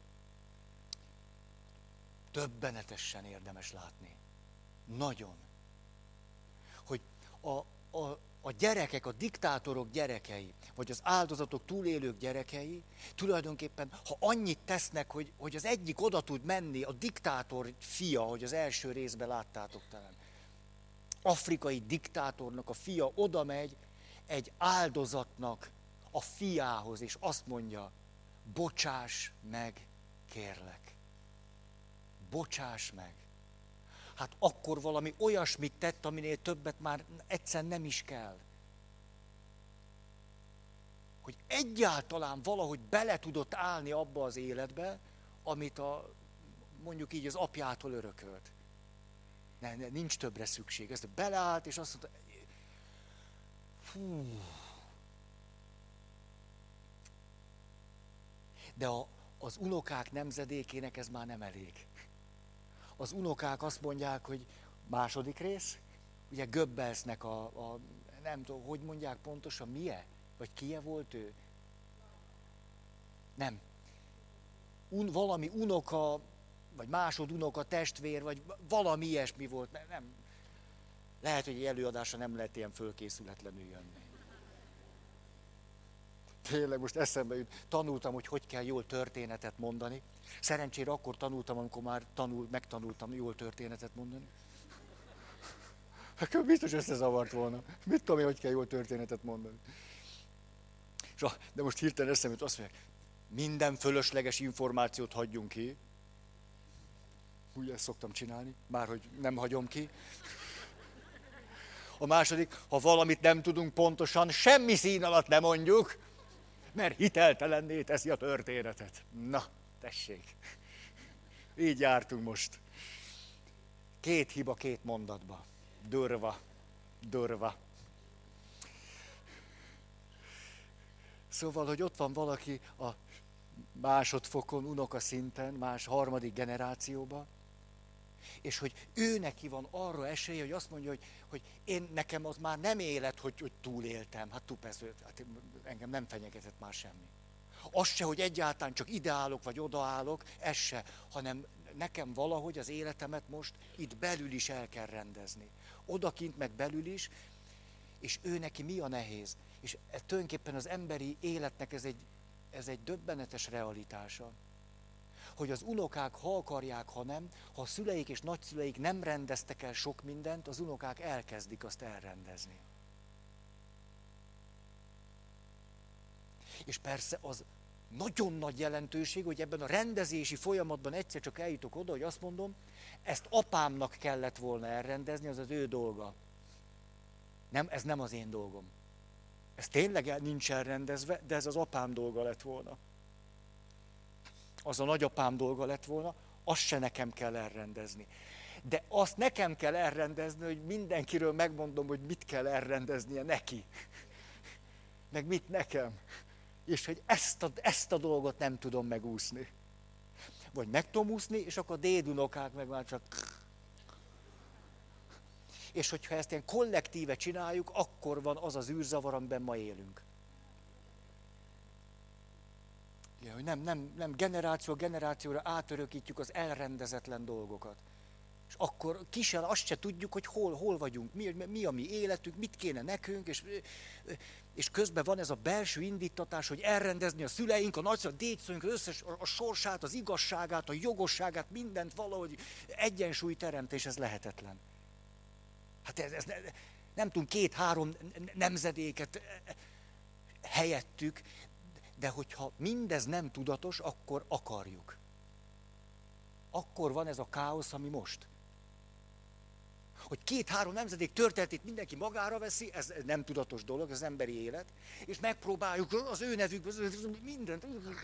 Döbbenetesen érdemes látni. Nagyon. Hogy a, a, a gyerekek, a diktátorok gyerekei, vagy az áldozatok, túlélők gyerekei, tulajdonképpen, ha annyit tesznek, hogy, hogy az egyik oda tud menni, a diktátor fia, hogy az első részben láttátok talán. Afrikai diktátornak a fia oda megy egy áldozatnak a fiához, és azt mondja, bocsáss meg, kérlek. Bocsáss meg. Hát akkor valami olyasmit tett, aminél többet már egyszer nem is kell. Hogy egyáltalán valahogy bele tudott állni abba az életbe, amit a, mondjuk így az apjától örökölt. Ne, ne, nincs többre szükség. Ezt beleállt, és azt mondta, fú. De a, az unokák nemzedékének ez már nem elég. Az unokák azt mondják, hogy második rész, ugye Goebbelsnek a, a nem tudom, hogy mondják pontosan, milyen? Vagy kie volt ő? Nem. Un, valami unoka, vagy másodunoka, testvér, vagy valami ilyesmi volt. Nem. Lehet, hogy egy előadásra nem lehet ilyen fölkészületlenül jönni. Tényleg most eszembe jut. Tanultam, hogy hogy kell jól történetet mondani. Szerencsére akkor tanultam, amikor már tanul, megtanultam jól történetet mondani. Akkor biztos összezavart volna. Mit tudom én, hogy kell jól történetet mondani. De most hirtelen eszembe jut, azt mondja, minden fölösleges információt hagyjunk ki. Úgy ezt szoktam csinálni, bárhogy nem hagyom ki. A második, ha valamit nem tudunk pontosan, semmi szín alatt nem mondjuk, mert hiteltelenné teszi a történetet. Na, tessék. Így jártunk most. Két hiba, két mondatba. Durva, durva. Szóval, hogy ott van valaki a másodfokon, unoka szinten, más harmadik generációban, és hogy ő neki van arra esélye, hogy azt mondja, hogy, hogy én nekem az már nem élet, hogy, hogy túléltem. Hát tupesző, hát engem nem fenyegetett már semmi. Az se, hogy egyáltalán csak ideálok, vagy odaállok, ez se, hanem nekem valahogy az életemet most itt belül is el kell rendezni. Odakint meg belül is, és ő neki mi a nehéz. És ez tulajdonképpen az emberi életnek ez egy, ez egy döbbenetes realitása. Hogy az unokák, ha akarják, ha nem, ha a szüleik és nagyszüleik nem rendeztek el sok mindent, az unokák elkezdik azt elrendezni. És persze az nagyon nagy jelentőség, hogy ebben a rendezési folyamatban egyszer csak eljutok oda, hogy azt mondom, ezt apámnak kellett volna elrendezni, az az ő dolga. Nem, ez nem az én dolgom. Ez tényleg nincs elrendezve, de ez az apám dolga lett volna. Az a nagyapám dolga lett volna, azt se nekem kell elrendezni. De azt nekem kell elrendezni, hogy mindenkiről megmondom, hogy mit kell elrendeznie neki. Meg mit nekem. És hogy ezt a, ezt a dolgot nem tudom megúszni. Vagy meg tudom úszni, és akkor a dédunokák meg már csak... És hogyha ezt ilyen kollektíve csináljuk, akkor van az az űrzavar, amiben ma élünk. Ja, hogy nem, nem, nem generáció generációra átörökítjük az elrendezetlen dolgokat. És akkor ki se, azt se tudjuk, hogy hol, hol vagyunk, mi, mi a mi életünk, mit kéne nekünk, és, és közben van ez a belső indítatás, hogy elrendezni a szüleink, a nagyszülőink, a dédszülőink, az összes, a, a sorsát, az igazságát, a jogosságát, mindent valahogy egyensúly teremtés, ez lehetetlen. Hát ez, ez ne, nem tudunk két-három nemzedéket helyettük, de hogyha mindez nem tudatos, akkor akarjuk. Akkor van ez a káosz, ami most. Hogy két-három nemzedék történetét mindenki magára veszi, ez nem tudatos dolog, ez az emberi élet, és megpróbáljuk az ő nevükből mindent.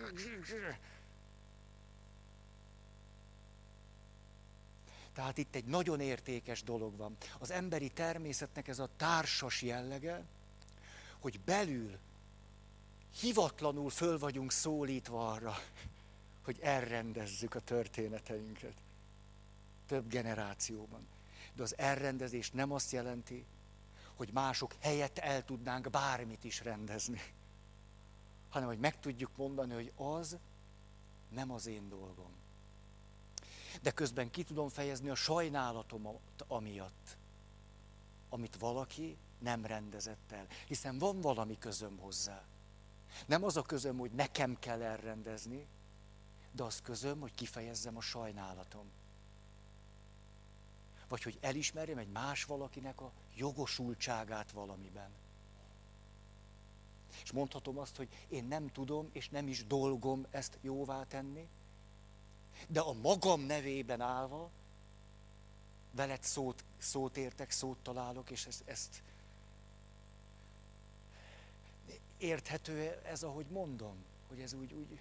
Tehát itt egy nagyon értékes dolog van. Az emberi természetnek ez a társas jellege, hogy belül hivatlanul föl vagyunk szólítva arra, hogy elrendezzük a történeteinket. Több generációban. De az elrendezés nem azt jelenti, hogy mások helyett el tudnánk bármit is rendezni. Hanem, hogy meg tudjuk mondani, hogy az nem az én dolgom. De közben ki tudom fejezni a sajnálatomat amiatt, amit valaki nem rendezett el. Hiszen van valami közöm hozzá. Nem az a közöm, hogy nekem kell elrendezni, de az közöm, hogy kifejezzem a sajnálatom. Vagy hogy elismerjem egy más valakinek a jogosultságát valamiben. És mondhatom azt, hogy én nem tudom, és nem is dolgom ezt jóvá tenni, de a magam nevében állva veled szót, szót értek, szót találok, és ezt, ezt érthető ez, ahogy mondom, hogy ez úgy, úgy...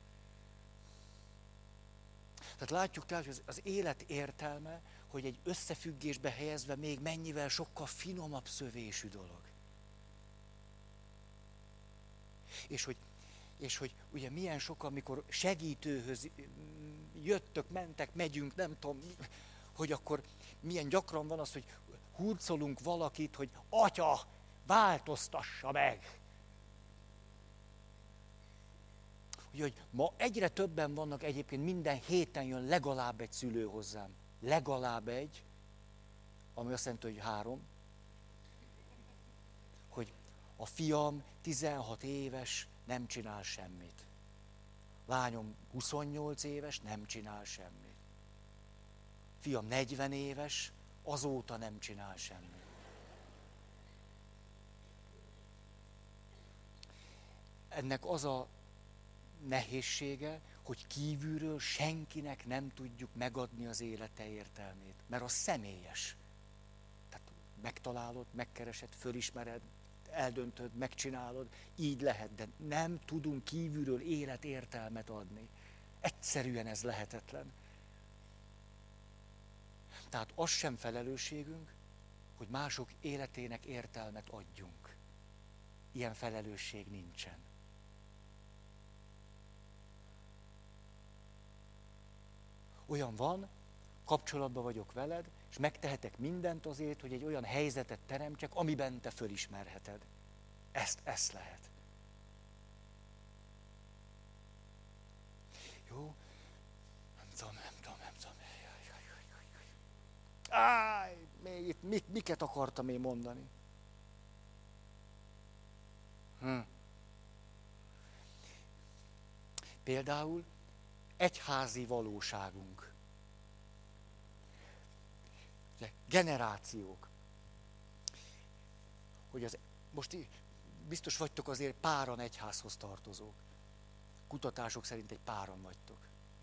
Tehát látjuk tehát, hogy az élet értelme, hogy egy összefüggésbe helyezve még mennyivel sokkal finomabb szövésű dolog. És hogy És hogy ugye milyen sokan, amikor segítőhöz jöttök, mentek, megyünk, nem tudom, hogy akkor milyen gyakran van az, hogy hurcolunk valakit, hogy atya, változtassa meg. Ugye, hogy ma egyre többen vannak, egyébként minden héten jön legalább egy szülő hozzám. Legalább egy, ami azt jelenti, hogy három. Hogy a fiam tizenhat éves, nem csinál semmit. Lányom huszonnyolc éves, nem csinál semmit. Fiam negyven éves, azóta nem csinál semmit. Ennek az a nehézsége, hogy kívülről senkinek nem tudjuk megadni az élete értelmét, mert az személyes. Tehát megtalálod, megkeresed, fölismered, eldöntöd, megcsinálod, így lehet, de nem tudunk kívülről életértelmet adni. Egyszerűen ez lehetetlen. Tehát az sem felelősségünk, hogy mások életének értelmet adjunk. Ilyen felelősség nincsen. Olyan van, kapcsolatban vagyok veled, és megtehetek mindent azért, hogy egy olyan helyzetet teremtsek, amiben te fölismerheted. Ezt, ezt lehet. Jó? Nem tudom, nem tudom, nem tudom. Áj, még itt mit, miket akartam én mondani? Hm. Például egyházi valóságunk. Generációk. Hogy az, most biztos vagytok azért páran egyházhoz tartozók. Kutatások szerint egy páran vagytok.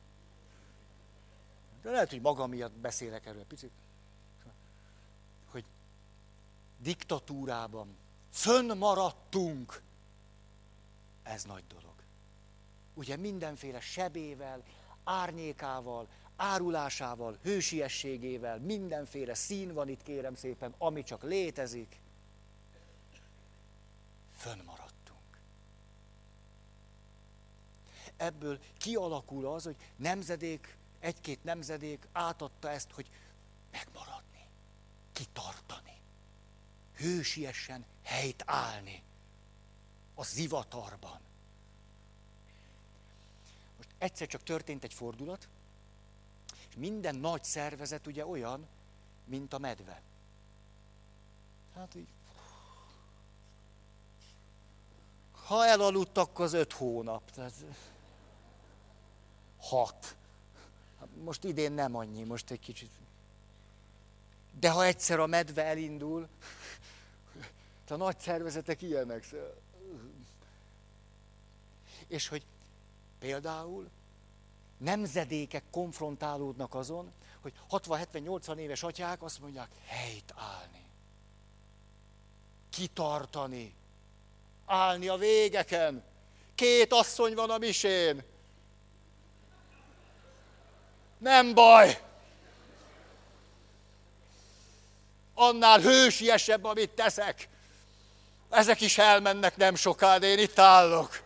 De lehet, hogy magam miatt beszélek erről picit. Hogy diktatúrában fönnmaradtunk. Ez nagy dolog. Ugye mindenféle sebével, árnyékával, árulásával, hősiességével, mindenféle szín van itt, kérem szépen, ami csak létezik. Fönnmaradtunk. Ebből kialakul az, hogy nemzedék, egy-két nemzedék átadta ezt, hogy megmaradni, kitartani, hősiesen helyt állni a zivatarban. Most egyszer csak történt egy fordulat, és minden nagy szervezet ugye olyan, mint a medve. Hát így. Ha elaludtak, akkor az öt hónap. Tehát hat. Most idén nem annyi, most egy kicsit. De ha egyszer a medve elindul, a nagy szervezetek ilyenek. És hogy például nemzedékek konfrontálódnak azon, hogy hatvan-hetven-nyolcvan éves atyák azt mondják, helyt állni, kitartani, állni a végeken. Két asszony van a misén. Nem baj. Annál hősiesebb, amit teszek. Ezek is elmennek nem soká, de én itt állok.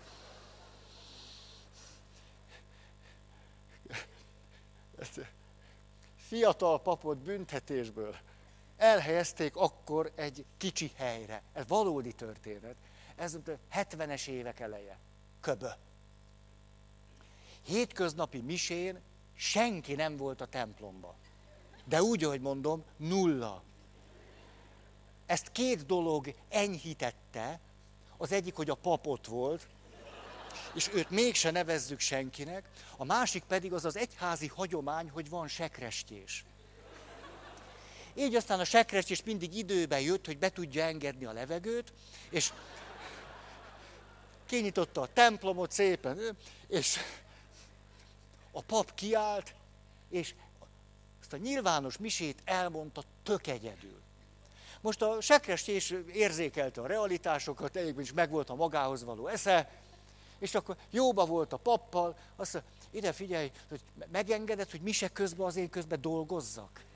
Fiatal papot büntetésből elhelyezték akkor egy kicsi helyre. Ez valódi történet. Ez hetvenes évek eleje. Köbö. Hétköznapi misén senki nem volt a templomba. De úgy, ahogy mondom, nulla. Ezt két dolog enyhítette. Az egyik, hogy a pap ott volt, és őt mégse nevezzük senkinek, a másik pedig az az egyházi hagyomány, hogy van sekrestyés. Így aztán a sekrestyés mindig időben jött, hogy be tudja engedni a levegőt, és kinyitotta a templomot szépen, és a pap kiállt, és azt a nyilvános misét elmondta tök egyedül. Most a sekrestyés érzékelte a realitásokat, egyébként is megvolt a magához való esze, és akkor jóba volt a pappal, azt mondja, ide figyelj, hogy megengeded, hogy mise közben az én közben dolgozzak.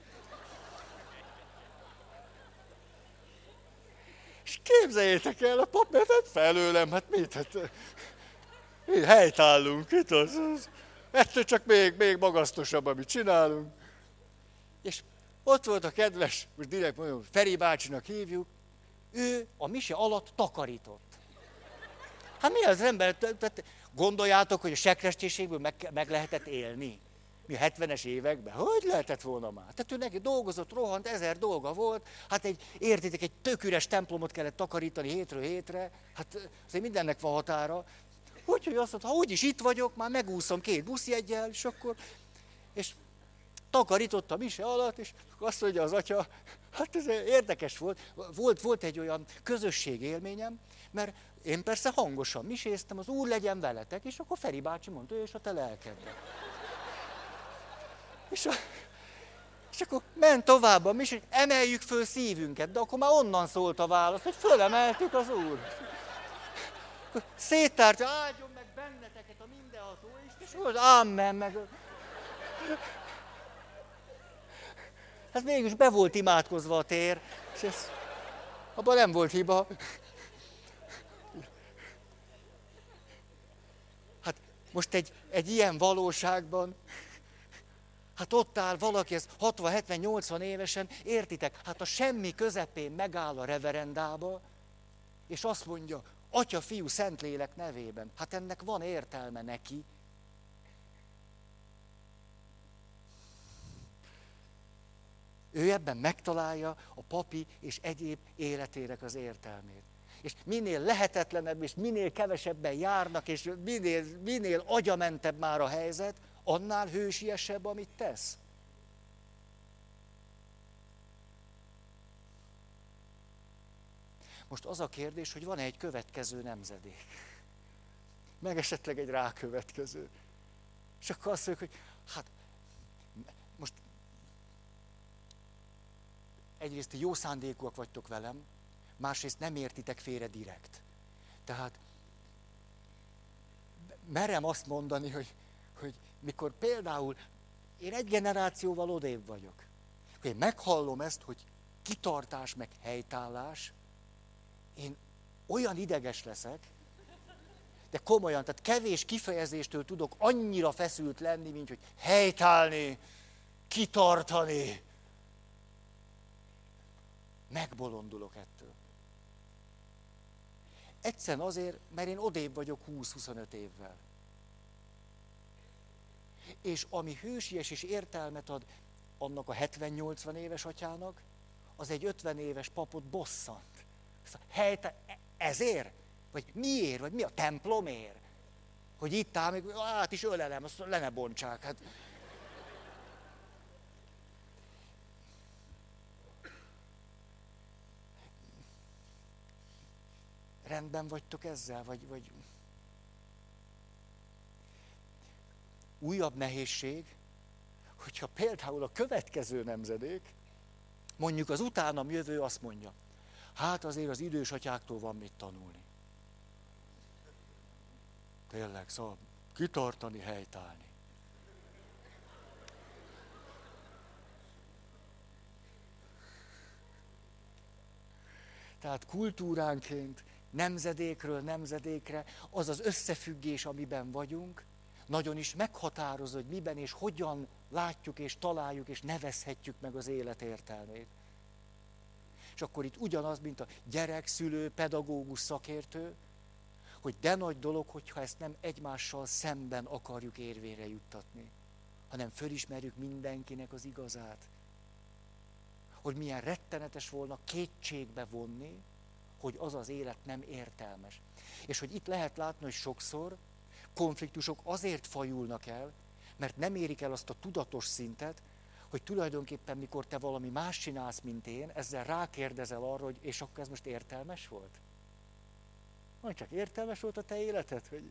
És képzeljétek el, a pap, mert hát felőlem, hát mit? Hát, Helytállunk itt az, az. Ettől csak még, még magasztosabb, amit csinálunk. És ott volt a kedves, most direkt mondom, Feri bácsinak hívjuk, ő a mise alatt takarított. Hát mi az ember, gondoljátok, hogy a sekrestésségből meg, meg lehetett élni? Mi a hetvenes években? Hogy lehetett volna már? Tehát ő neki dolgozott, rohant, ezer dolga volt, hát egy, értitek, egy tök üres templomot kellett takarítani hétről hétre, hát azért mindennek van határa. Úgyhogy azt mondta, ha úgyis itt vagyok, már megúszom két buszjeggyel, és akkor, és takarított a mise alatt, és azt mondja az atya, hát ez érdekes volt, volt, volt egy olyan közösségélményem, mert én persze hangosan miséztem, az Úr legyen veletek, és akkor Feri bácsi mondta, ő és a te lelkedben. És, a, és akkor ment tovább a mise, emeljük föl szívünket, de akkor már onnan szólt a válasz, hogy fölemeltük az Úr. Széttárta, áldjon meg benneteket a mindenható Isten, és úgy, amen, meg... Hát mégis be volt imádkozva a tér, és ez, abban nem volt hiba. Hát most egy, egy ilyen valóságban, hát ott áll valaki, ez hatvan, hetven, nyolcvan évesen, értitek, hát a semmi közepén megáll a reverendába, és azt mondja, Atya, Fiú, Szentlélek nevében. Hát ennek van értelme neki. Ő ebben megtalálja a papi és egyéb életének az értelmét. És minél lehetetlenebb, és minél kevesebben járnak, és minél, minél agyamentebb már a helyzet, annál hősiesebb, amit tesz. Most az a kérdés, hogy van-e egy következő nemzedék? Meg esetleg egy rákövetkező. És akkor azt mondjuk, hogy hát most egyrészt jó szándékúak vagytok velem, másrészt nem értitek félre direkt. Tehát merem azt mondani, hogy, hogy mikor például én egy generációval odébb vagyok, hogy én meghallom ezt, hogy kitartás meg helytállás, én olyan ideges leszek, de komolyan, tehát kevés kifejezéstől tudok annyira feszült lenni, mint hogy helytállni, kitartani. Megbolondulok ettől. Egyszerűen azért, mert én odébb vagyok húsz-huszonöt évvel. És ami hősies és értelmet ad annak a hetven-nyolcvan éves atyának, az egy ötven éves papot bosszant. Helyte, ezért? Vagy miért? Vagy mi a templomért? Hogy itt áll, még át is ölelem, azt le ne bontsák. Hát. Rendben vagytok ezzel? Vagy, vagy... Újabb nehézség, hogyha például a következő nemzedék, mondjuk az utánam jövő azt mondja, hát azért az idős atyáktól van mit tanulni. Tényleg, szóval kitartani, helytállni. Tehát kultúránként, nemzedékről nemzedékre, az az összefüggés, amiben vagyunk, nagyon is meghatározza, hogy miben és hogyan látjuk és találjuk és nevezhetjük meg az élet értelmét. És akkor itt ugyanaz, mint a gyerek, szülő, pedagógus, szakértő, hogy de nagy dolog, hogyha ezt nem egymással szemben akarjuk érvényre juttatni, hanem fölismerjük mindenkinek az igazát. Hogy milyen rettenetes volna kétségbe vonni, hogy az az élet nem értelmes. És hogy itt lehet látni, hogy sokszor konfliktusok azért fajulnak el, mert nem érik el azt a tudatos szintet, hogy tulajdonképpen mikor te valami más csinálsz, mint én, ezzel rákérdezel arra, hogy és akkor ez most értelmes volt? Vagy csak értelmes volt a te életed? Hogy...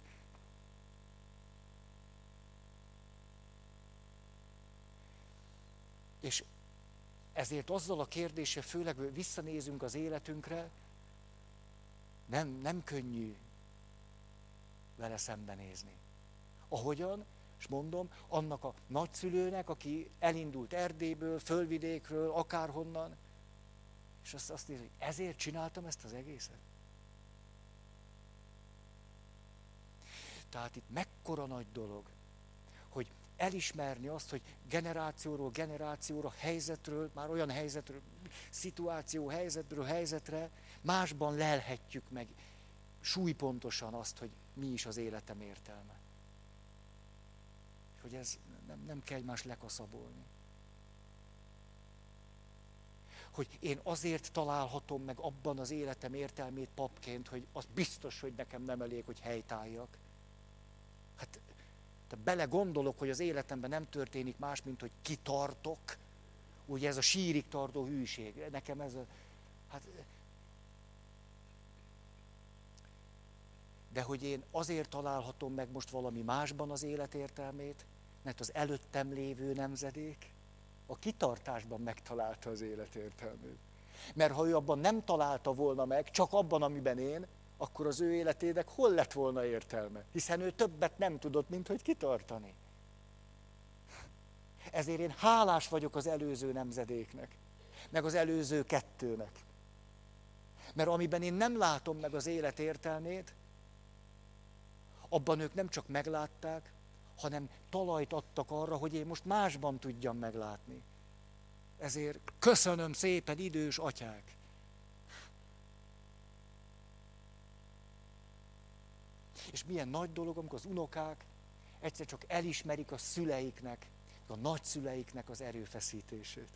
És ezért azzal a kérdéssel, főleg visszanézünk az életünkre, nem, nem könnyű vele szembenézni. Ahogyan, és mondom, annak a nagyszülőnek, aki elindult Erdélyből, Földvidékről, akárhonnan, és azt, azt nézi, hogy ezért csináltam ezt az egészet. Tehát itt mekkora nagy dolog, hogy elismerni azt, hogy generációról generációra, helyzetről, már olyan helyzetről, szituáció, helyzetről helyzetre, másban lelhetjük meg súlypontosan azt, hogy mi is az életem értelme. Hogy ez nem, nem kell egymást lekaszabolni. Hogy én azért találhatom meg abban az életem értelmét papként, hogy az biztos, hogy nekem nem elég, hogy helytálljak. Hát de bele gondolok, hogy az életemben nem történik más, mint hogy kitartok. Ugye ez a sírig tartó hűség. Nekem ez a... Hát, de hogy én azért találhatom meg most valami másban az élet értelmét, mert az előttem lévő nemzedék a kitartásban megtalálta az élet értelmét. Mert ha ő abban nem találta volna meg, csak abban, amiben én, akkor az ő életének hol lett volna értelme? Hiszen ő többet nem tudott, mint hogy kitartani. Ezért én hálás vagyok az előző nemzedéknek, meg az előző kettőnek. Mert amiben én nem látom meg az élet értelmét, abban ők nem csak meglátták, hanem talajt adtak arra, hogy én most másban tudjam meglátni. Ezért köszönöm szépen, idős atyák! És milyen nagy dolog, amikor az unokák egyszer csak elismerik a szüleiknek, a nagyszüleiknek az erőfeszítését.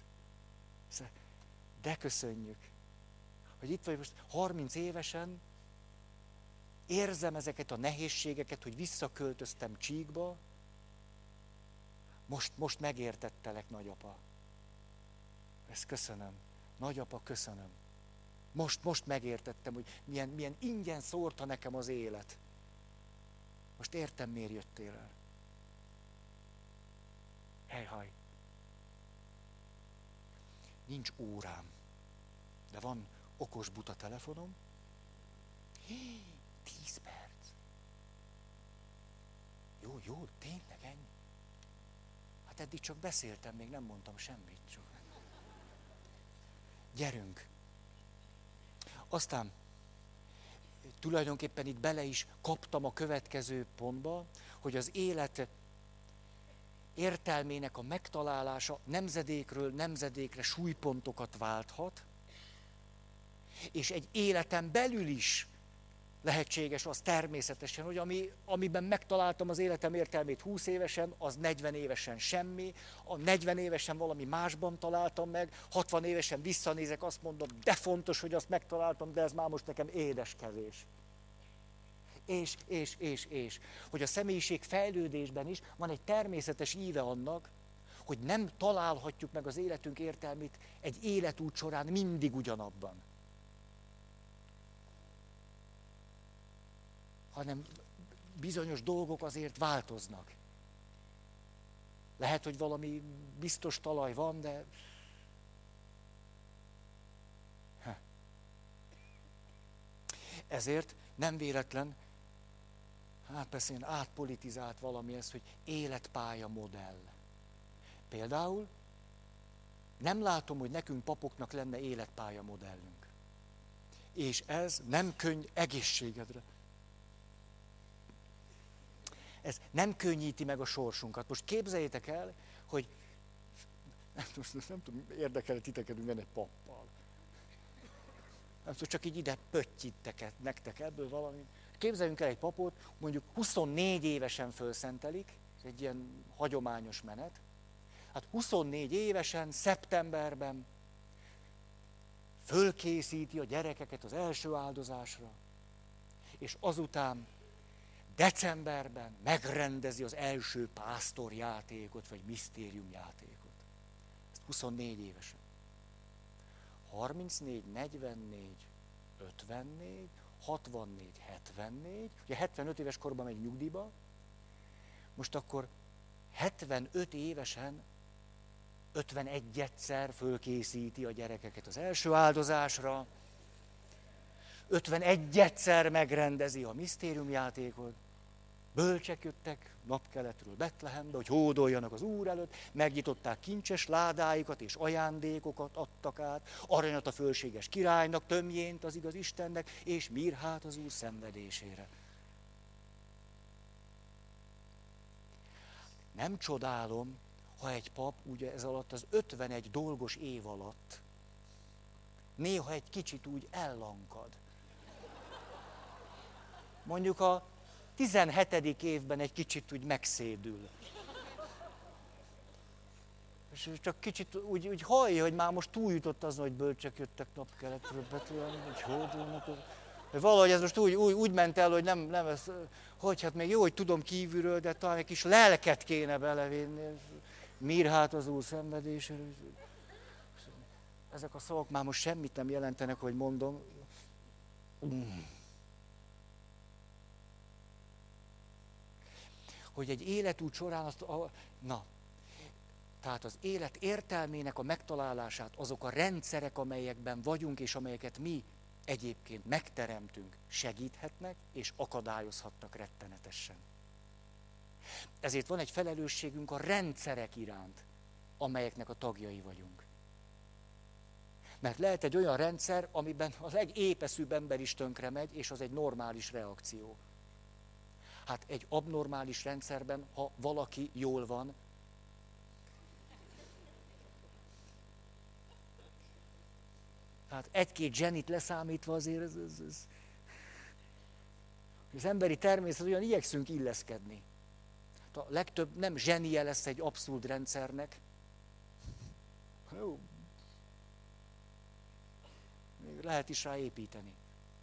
De köszönjük, hogy itt vagy most harminc évesen, érzem ezeket a nehézségeket, hogy visszaköltöztem Csíkba, most, most megértettelek, nagyapa. Ezt köszönöm. Nagyapa, köszönöm. Most, most megértettem, hogy milyen, milyen ingyen szórta nekem az élet. Most értem, miért jöttél el. Helyhaj. Nincs órám, de van okos buta telefonom. Hí, tíz perc. Jó, jó, tényleg ennyi. Hát eddig csak beszéltem, még nem mondtam semmit. Csak. Gyerünk. Aztán tulajdonképpen itt bele is kaptam a következő pontba, hogy az élet értelmének a megtalálása nemzedékről nemzedékre súlypontokat válthat, és egy életen belül is lehetséges az természetesen, hogy ami, amiben megtaláltam az életem értelmét húsz évesen, az negyven évesen semmi, a negyven évesen valami másban találtam meg, hatvan évesen visszanézek, azt mondom, de fontos, hogy azt megtaláltam, de ez már most nekem édeskevés. És, és, és, és. Hogy a személyiség fejlődésben is van egy természetes íve annak, hogy nem találhatjuk meg az életünk értelmét egy életút során mindig ugyanabban. Hanem bizonyos dolgok azért változnak. Lehet, hogy valami biztos talaj van, de... Ha. Ezért nem véletlen, hát persze én átpolitizált valami ez, hogy életpálya modell. Például nem látom, hogy nekünk papoknak lenne életpálya modellünk. És ez nem könny egészségedre. Ez nem könnyíti meg a sorsunkat. Most képzeljétek el, hogy nem, most nem tudom, érdekel titeket, hogy egy pappal. Nem tudom, csak így ide pöttyittek nektek ebből valami. Képzeljünk el egy papot, mondjuk huszonnégy évesen fölszentelik, ez egy ilyen hagyományos menet. Hát huszonnégy évesen, szeptemberben fölkészíti a gyerekeket az első áldozásra, és azután decemberben megrendezi az első pásztorjátékot, vagy misztériumjátékot. Ezt huszonnégy évesen. harmincnégy, negyvennégy, ötvennégy, hatvannégy, hetvennégy, ugye hetvenöt éves korban megy nyugdíjba, most akkor hetvenöt évesen ötvenegyszer fölkészíti a gyerekeket az első áldozásra, ötvenegyszer megrendezi a misztériumjátékot, bölcsek jöttek napkeletről Betlehembe, hogy hódoljanak az Úr előtt, megnyitották kincses ládáikat és ajándékokat adtak át, aranyat a fölséges királynak, tömjént az igaz Istennek, és mirhát az Úr szenvedésére. Nem csodálom, ha egy pap ugye ez alatt az ötvenegy dolgos év alatt néha egy kicsit úgy ellankad. Mondjuk a tizenhetedik évben egy kicsit úgy megszédül. És csak kicsit úgy, úgy hallja, hogy már most túljutott azon, hogy bölcsek jöttek napkeletről, Betlehem, hogy hódolnak. Valahogy ez most úgy, úgy, úgy ment el, hogy nem, nem ez, hogy hát még jó, hogy tudom kívülről, de talán egy kis lelket kéne belevinni. Mirhát az Úr szenvedésre. Ezek a szavak már most semmit nem jelentenek, hogy mondom. Mm. Hogy egy életút során azt, a, na, tehát az élet értelmének a megtalálását, azok a rendszerek, amelyekben vagyunk, és amelyeket mi egyébként megteremtünk, segíthetnek, és akadályozhatnak rettenetesen. Ezért van egy felelősségünk a rendszerek iránt, amelyeknek a tagjai vagyunk. Mert lehet egy olyan rendszer, amiben a legépeszűbb ember is tönkre megy, és az egy normális reakció. Hát egy abnormális rendszerben, ha valaki jól van, hát egy-két zsenit leszámítva azért ez, ez, ez. Az emberi természet olyan igyekszünk illeszkedni. A legtöbb nem zsenie lesz egy abszurd rendszernek. Jó. Még lehet is rá építeni.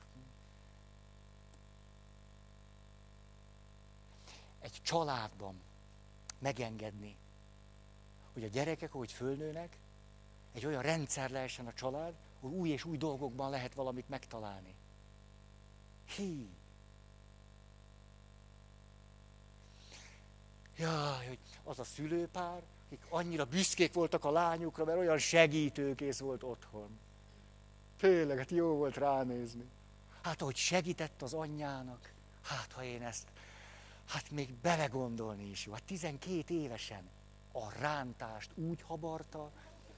Egy családban megengedni, hogy a gyerekek, ahogy fölnőnek, egy olyan rendszer lehessen a család, hogy új és új dolgokban lehet valamit megtalálni. Hí. Jaj, hogy az a szülőpár, akik annyira büszkék voltak a lányukra, mert olyan segítőkész volt otthon. Tényleg, hát jó volt ránézni. Hát, ahogy segített az anyjának, hát, ha én ezt, hát még belegondolni is jó. Hát tizenkét évesen a rántást úgy habarta,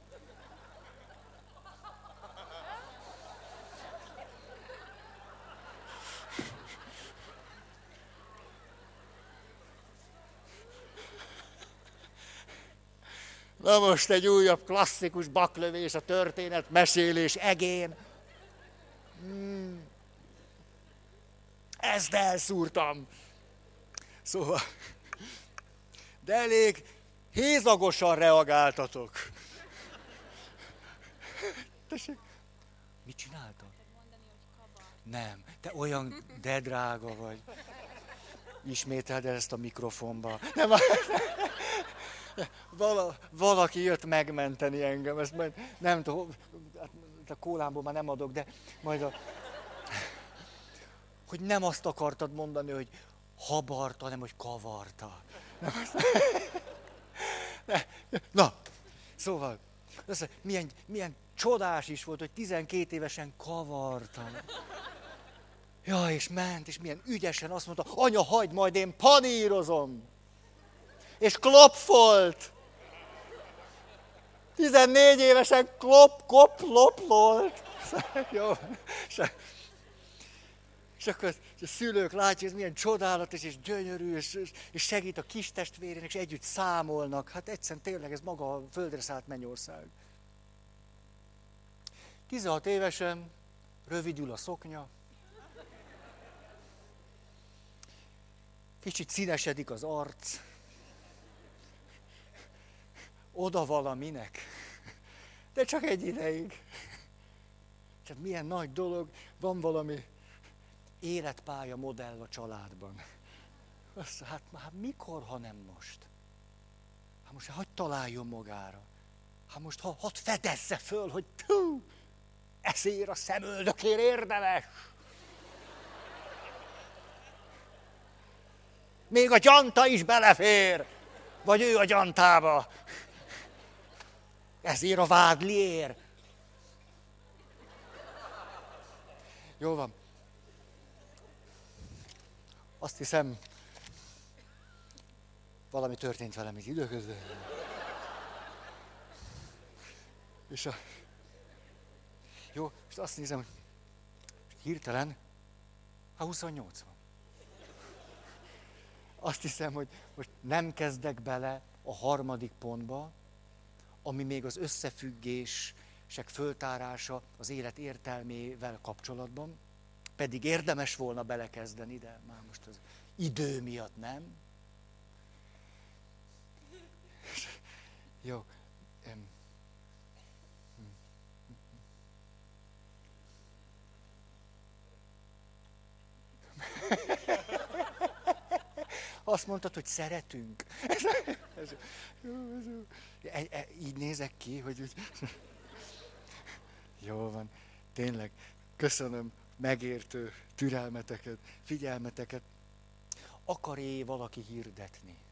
na most egy újabb klasszikus baklövés a történet mesélés egén. Hmm. Ezt elszúrtam. Szóval, de elég hézagosan reagáltatok. Tessék, mit csináltam? Nem, te olyan de drága vagy. Ismételd el ezt a mikrofonba. Nem, Vala, valaki jött megmenteni engem, ezt majd nem tudom, a kólámból már nem adok, de majd a... Hogy nem azt akartad mondani, hogy habarta, hanem hogy kavarta. Na, szóval, milyen, milyen csodás is volt, hogy tizenkét évesen kavartam. Ja, és ment, és milyen ügyesen azt mondta, anya, hagyd, majd én panírozom. És klopfolt. tizennégy évesen klop, kop, loplolt. Jó. És akkor a szülők látják, hogy ez milyen csodálatos és gyönyörű, és, és segít a kis testvérének, és együtt számolnak. Hát egyszerűen tényleg ez maga a földre szállt mennyország. tizenhat évesen rövidül a szoknya. Kicsit színesedik az arc. Oda valaminek. De csak egy ideig. Csak milyen nagy dolog, van valami életpálya modell a családban. Azt, hát már mikor, ha nem most? Hát most hadd találjon magára. Hát most ha, hadd fedezze föl, hogy tű, ezért a szemöldökért érdemes. Még a gyanta is belefér, vagy ő a gyantába. Ezért a vádliér. Jó van. Azt hiszem, valami történt velem itt időközben. És a... Jó, és azt nézem, hogy hirtelen, ha huszonnyolc van. azt hiszem, hogy most nem kezdek bele a harmadik pontba, ami még az összefüggések föltárása az élet értelmével kapcsolatban, pedig érdemes volna belekezdeni, de már most az idő miatt nem. Jó. Azt mondtad, hogy szeretünk. Ez, ez, ez, ez, így nézek ki, hogy úgy... Jó van, tényleg. Köszönöm megértő türelmeteket, figyelmeteket. Akar-e valaki hirdetni?